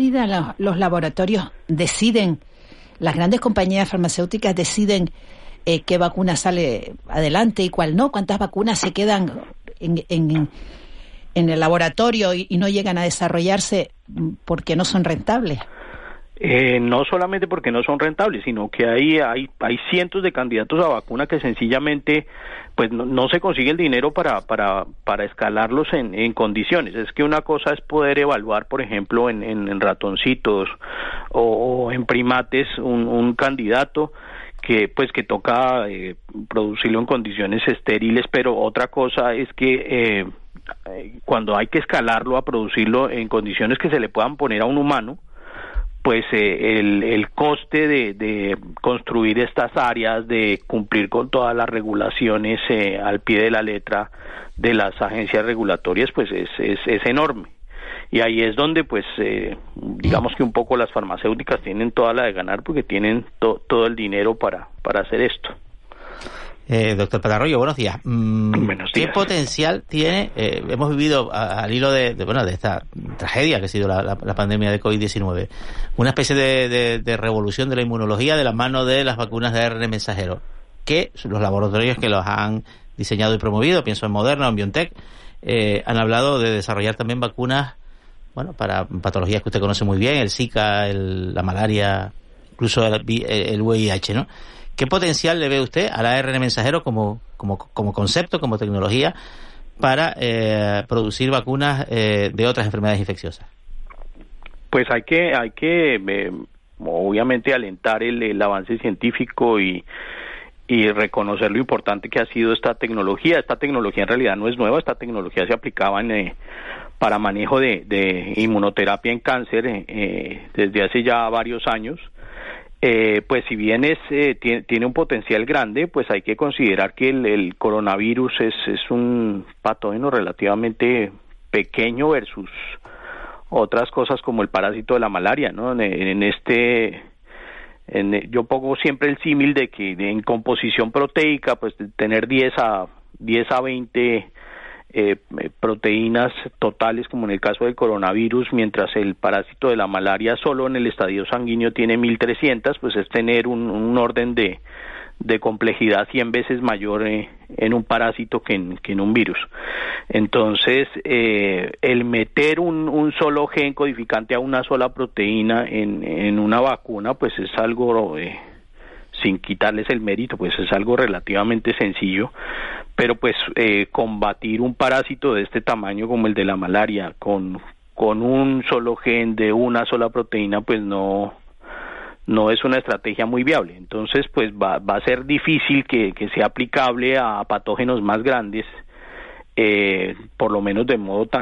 los laboratorios deciden, las grandes compañías farmacéuticas deciden qué vacuna sale adelante y cuál no? ¿Cuántas vacunas se quedan en el laboratorio y no llegan a desarrollarse porque no son rentables? No solamente porque no son rentables, sino que hay cientos de candidatos a vacuna que sencillamente pues no se consigue el dinero para escalarlos en condiciones. Es que una cosa es poder evaluar, por ejemplo, en ratoncitos o en primates un candidato que toca producirlo en condiciones estériles, pero otra cosa es que cuando hay que escalarlo a producirlo en condiciones que se le puedan poner a un humano, pues el coste de construir estas áreas, de cumplir con todas las regulaciones al pie de la letra de las agencias regulatorias, pues es enorme. Y ahí es donde pues digamos que un poco las farmacéuticas tienen toda la de ganar, porque tienen todo el dinero para hacer esto. Doctor Petarroyo, buenos días. Buenos días. ¿Qué potencial tiene? Hemos vivido al hilo de esta tragedia que ha sido la pandemia de COVID-19, una especie de revolución de la inmunología de la mano de las vacunas de ARN mensajero, que los laboratorios que los han diseñado y promovido, pienso en Moderna o en BioNTech, han hablado de desarrollar también vacunas, para patologías que usted conoce muy bien, el Zika, la malaria, incluso el VIH, ¿no? ¿Qué potencial le ve usted al ARN mensajero como concepto, como tecnología, para producir vacunas de otras enfermedades infecciosas? Pues hay que obviamente alentar el avance científico y reconocer lo importante que ha sido esta tecnología. Esta tecnología en realidad no es nueva, esta tecnología se aplicaba para manejo de inmunoterapia en cáncer desde hace ya varios años. Pues si bien tiene un potencial grande, pues hay que considerar que el coronavirus es un patógeno relativamente pequeño versus otras cosas como el parásito de la malaria, ¿no? Yo pongo siempre el símil de que en composición proteica, pues tener 10 a 20 proteínas totales, como en el caso del coronavirus, mientras el parásito de la malaria solo en el estadio sanguíneo tiene 1.300, pues es tener un orden de complejidad 100 veces mayor en un parásito que en un virus. Entonces, el meter un solo gen codificante a una sola proteína en una vacuna, pues es algo, sin quitarles el mérito, pues es algo relativamente sencillo, pero pues combatir un parásito de este tamaño como el de la malaria con un solo gen de una sola proteína, pues no es una estrategia muy viable. Entonces pues va a ser difícil que sea aplicable a patógenos más grandes, por lo menos de modo tan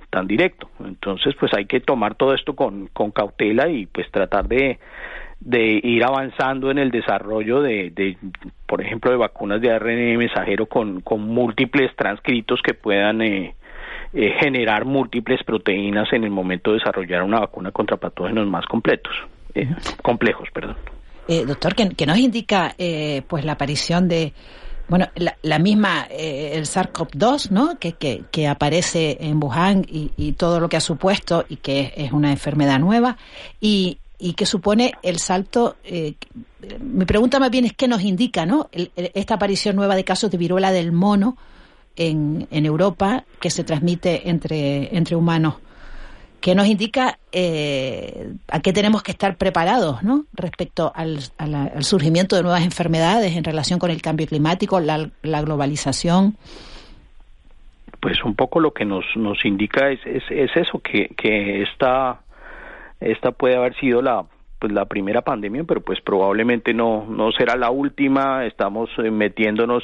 directo. Entonces, pues hay que tomar todo esto con cautela y pues tratar de ir avanzando en el desarrollo de por ejemplo, de vacunas de ARN mensajero con múltiples transcritos que puedan generar múltiples proteínas en el momento de desarrollar una vacuna contra patógenos más complejos. Doctor, ¿qué nos indica pues la aparición de la misma el SARS-CoV-2, ¿no? que aparece en Wuhan y todo lo que ha supuesto y que es una enfermedad nueva y que supone el salto? Mi pregunta más bien es qué nos indica, ¿no? Esta aparición nueva de casos de viruela del mono en Europa que se transmite entre humanos. ¿Qué nos indica a qué tenemos que estar preparados, ¿no? Respecto al surgimiento de nuevas enfermedades en relación con el cambio climático, la globalización? Pues un poco lo que nos indica es eso, que esta puede haber sido la primera pandemia, pero pues probablemente no será la última. Estamos metiéndonos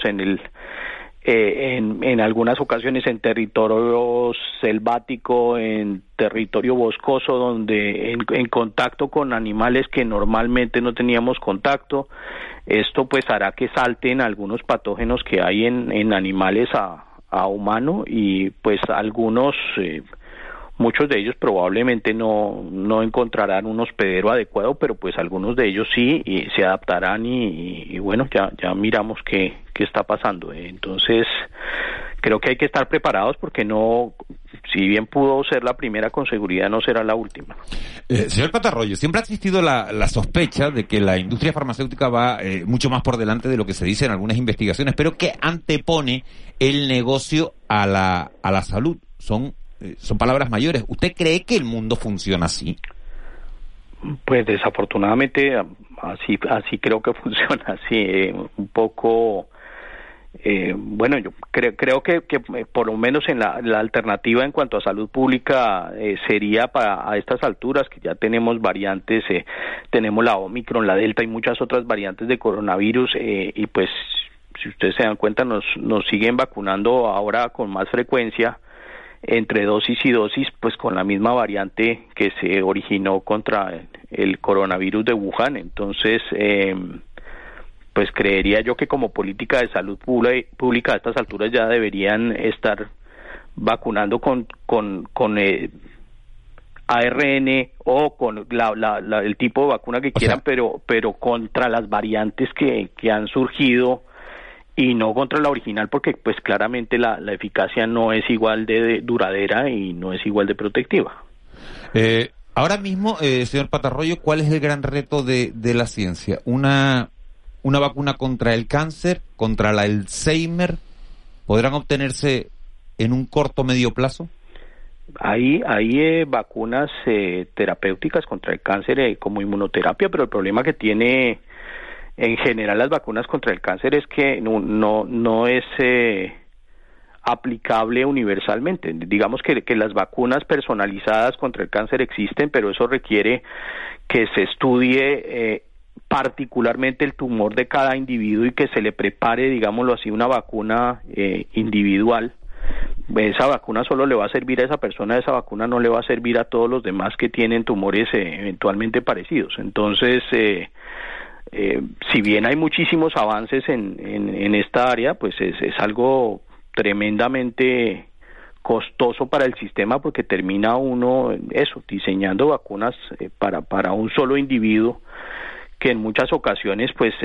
en algunas ocasiones en territorio selvático, en territorio boscoso, donde en contacto con animales que normalmente no teníamos contacto. Esto pues hará que salten algunos patógenos que hay en animales a humano y pues muchos de ellos probablemente no encontrarán un hospedero adecuado, pero pues algunos de ellos sí y se adaptarán y bueno, ya miramos qué está pasando. Entonces, creo que hay que estar preparados porque si bien pudo ser la primera, con seguridad no será la última. Señor Patarroyo, siempre ha existido la sospecha de que la industria farmacéutica va mucho más por delante de lo que se dice en algunas investigaciones, pero que antepone el negocio a la salud. Son palabras mayores. ¿Usted cree que el mundo funciona así? Pues desafortunadamente así creo que funciona así, un poco. Bueno, yo creo que por lo menos en la alternativa en cuanto a salud pública sería a estas alturas que ya tenemos variantes, tenemos la Omicron, la Delta y muchas otras variantes de coronavirus y pues si ustedes se dan cuenta nos siguen vacunando ahora con más frecuencia entre dosis y dosis, pues con la misma variante que se originó contra el coronavirus de Wuhan. Entonces, pues creería yo que como política de salud pública a estas alturas ya deberían estar vacunando con ARN o con el tipo de vacuna que quieran, pero contra las variantes que han surgido y no contra la original, porque pues claramente la eficacia no es igual de duradera y no es igual de protectiva. Ahora mismo, señor Patarroyo, ¿cuál es el gran reto de la ciencia? ¿Una vacuna contra el cáncer, contra el Alzheimer? ¿Podrán obtenerse en un corto o medio plazo? Hay vacunas terapéuticas contra el cáncer como inmunoterapia, pero el problema que tiene en general las vacunas contra el cáncer es que no es aplicable universalmente. Digamos que las vacunas personalizadas contra el cáncer existen, pero eso requiere que se estudie particularmente el tumor de cada individuo y que se le prepare, digámoslo así, una vacuna individual. Esa vacuna solo le va a servir a esa persona, esa vacuna no le va a servir a todos los demás que tienen tumores eventualmente parecidos. Entonces, si bien hay muchísimos avances en esta área, pues es algo tremendamente costoso para el sistema porque termina uno diseñando vacunas para un solo individuo, que en muchas ocasiones pues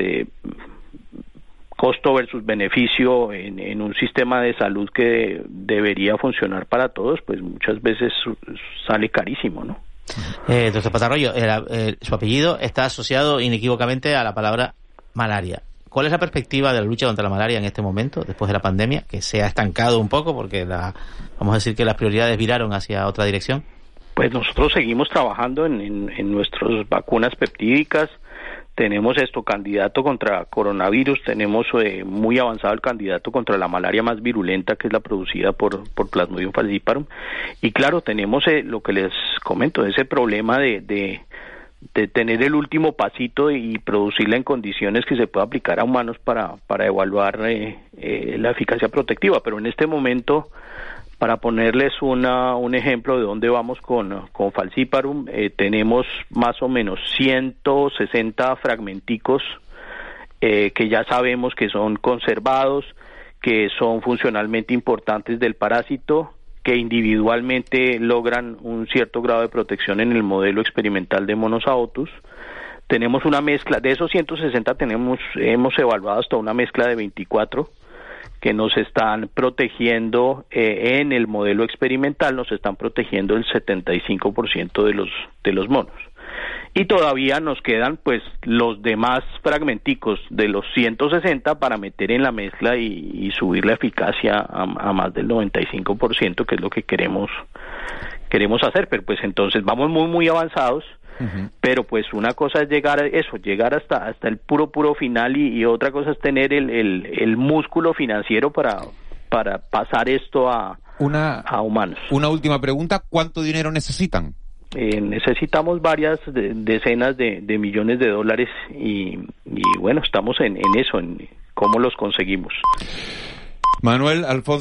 costo versus beneficio en un sistema de salud que debería funcionar para todos, pues muchas veces sale carísimo, ¿no? Doctor Patarroyo, su apellido está asociado inequívocamente a la palabra malaria. ¿Cuál es la perspectiva de la lucha contra la malaria en este momento, después de la pandemia, que se ha estancado un poco porque vamos a decir que las prioridades viraron hacia otra dirección? Pues nosotros seguimos trabajando en nuestras vacunas peptídicas. Tenemos candidato contra coronavirus, tenemos muy avanzado el candidato contra la malaria más virulenta, que es la producida por Plasmodium falciparum, y claro, tenemos lo que les comento, ese problema de tener el último pasito y producirla en condiciones que se pueda aplicar a humanos para evaluar la eficacia protectiva, pero en este momento Para ponerles un ejemplo de dónde vamos con Falciparum, tenemos más o menos 160 fragmenticos que ya sabemos que son conservados, que son funcionalmente importantes del parásito, que individualmente logran un cierto grado de protección en el modelo experimental de Monos aotus. Tenemos una mezcla, de esos 160 hemos evaluado hasta una mezcla de 24 que nos están protegiendo en el modelo experimental, nos están protegiendo el 75% de los monos. Y todavía nos quedan pues los demás fragmenticos de los 160 para meter en la mezcla y subir la eficacia a más del 95%, que es lo que queremos hacer. Pero pues entonces vamos muy avanzados. Uh-huh. Pero pues una cosa es llegar hasta el puro final y otra cosa es tener el músculo financiero para pasar esto a humanos. Una última pregunta, ¿cuánto dinero necesitan? Necesitamos varias decenas de millones de dólares y bueno, estamos en eso, en cómo los conseguimos. Manuel Alfonso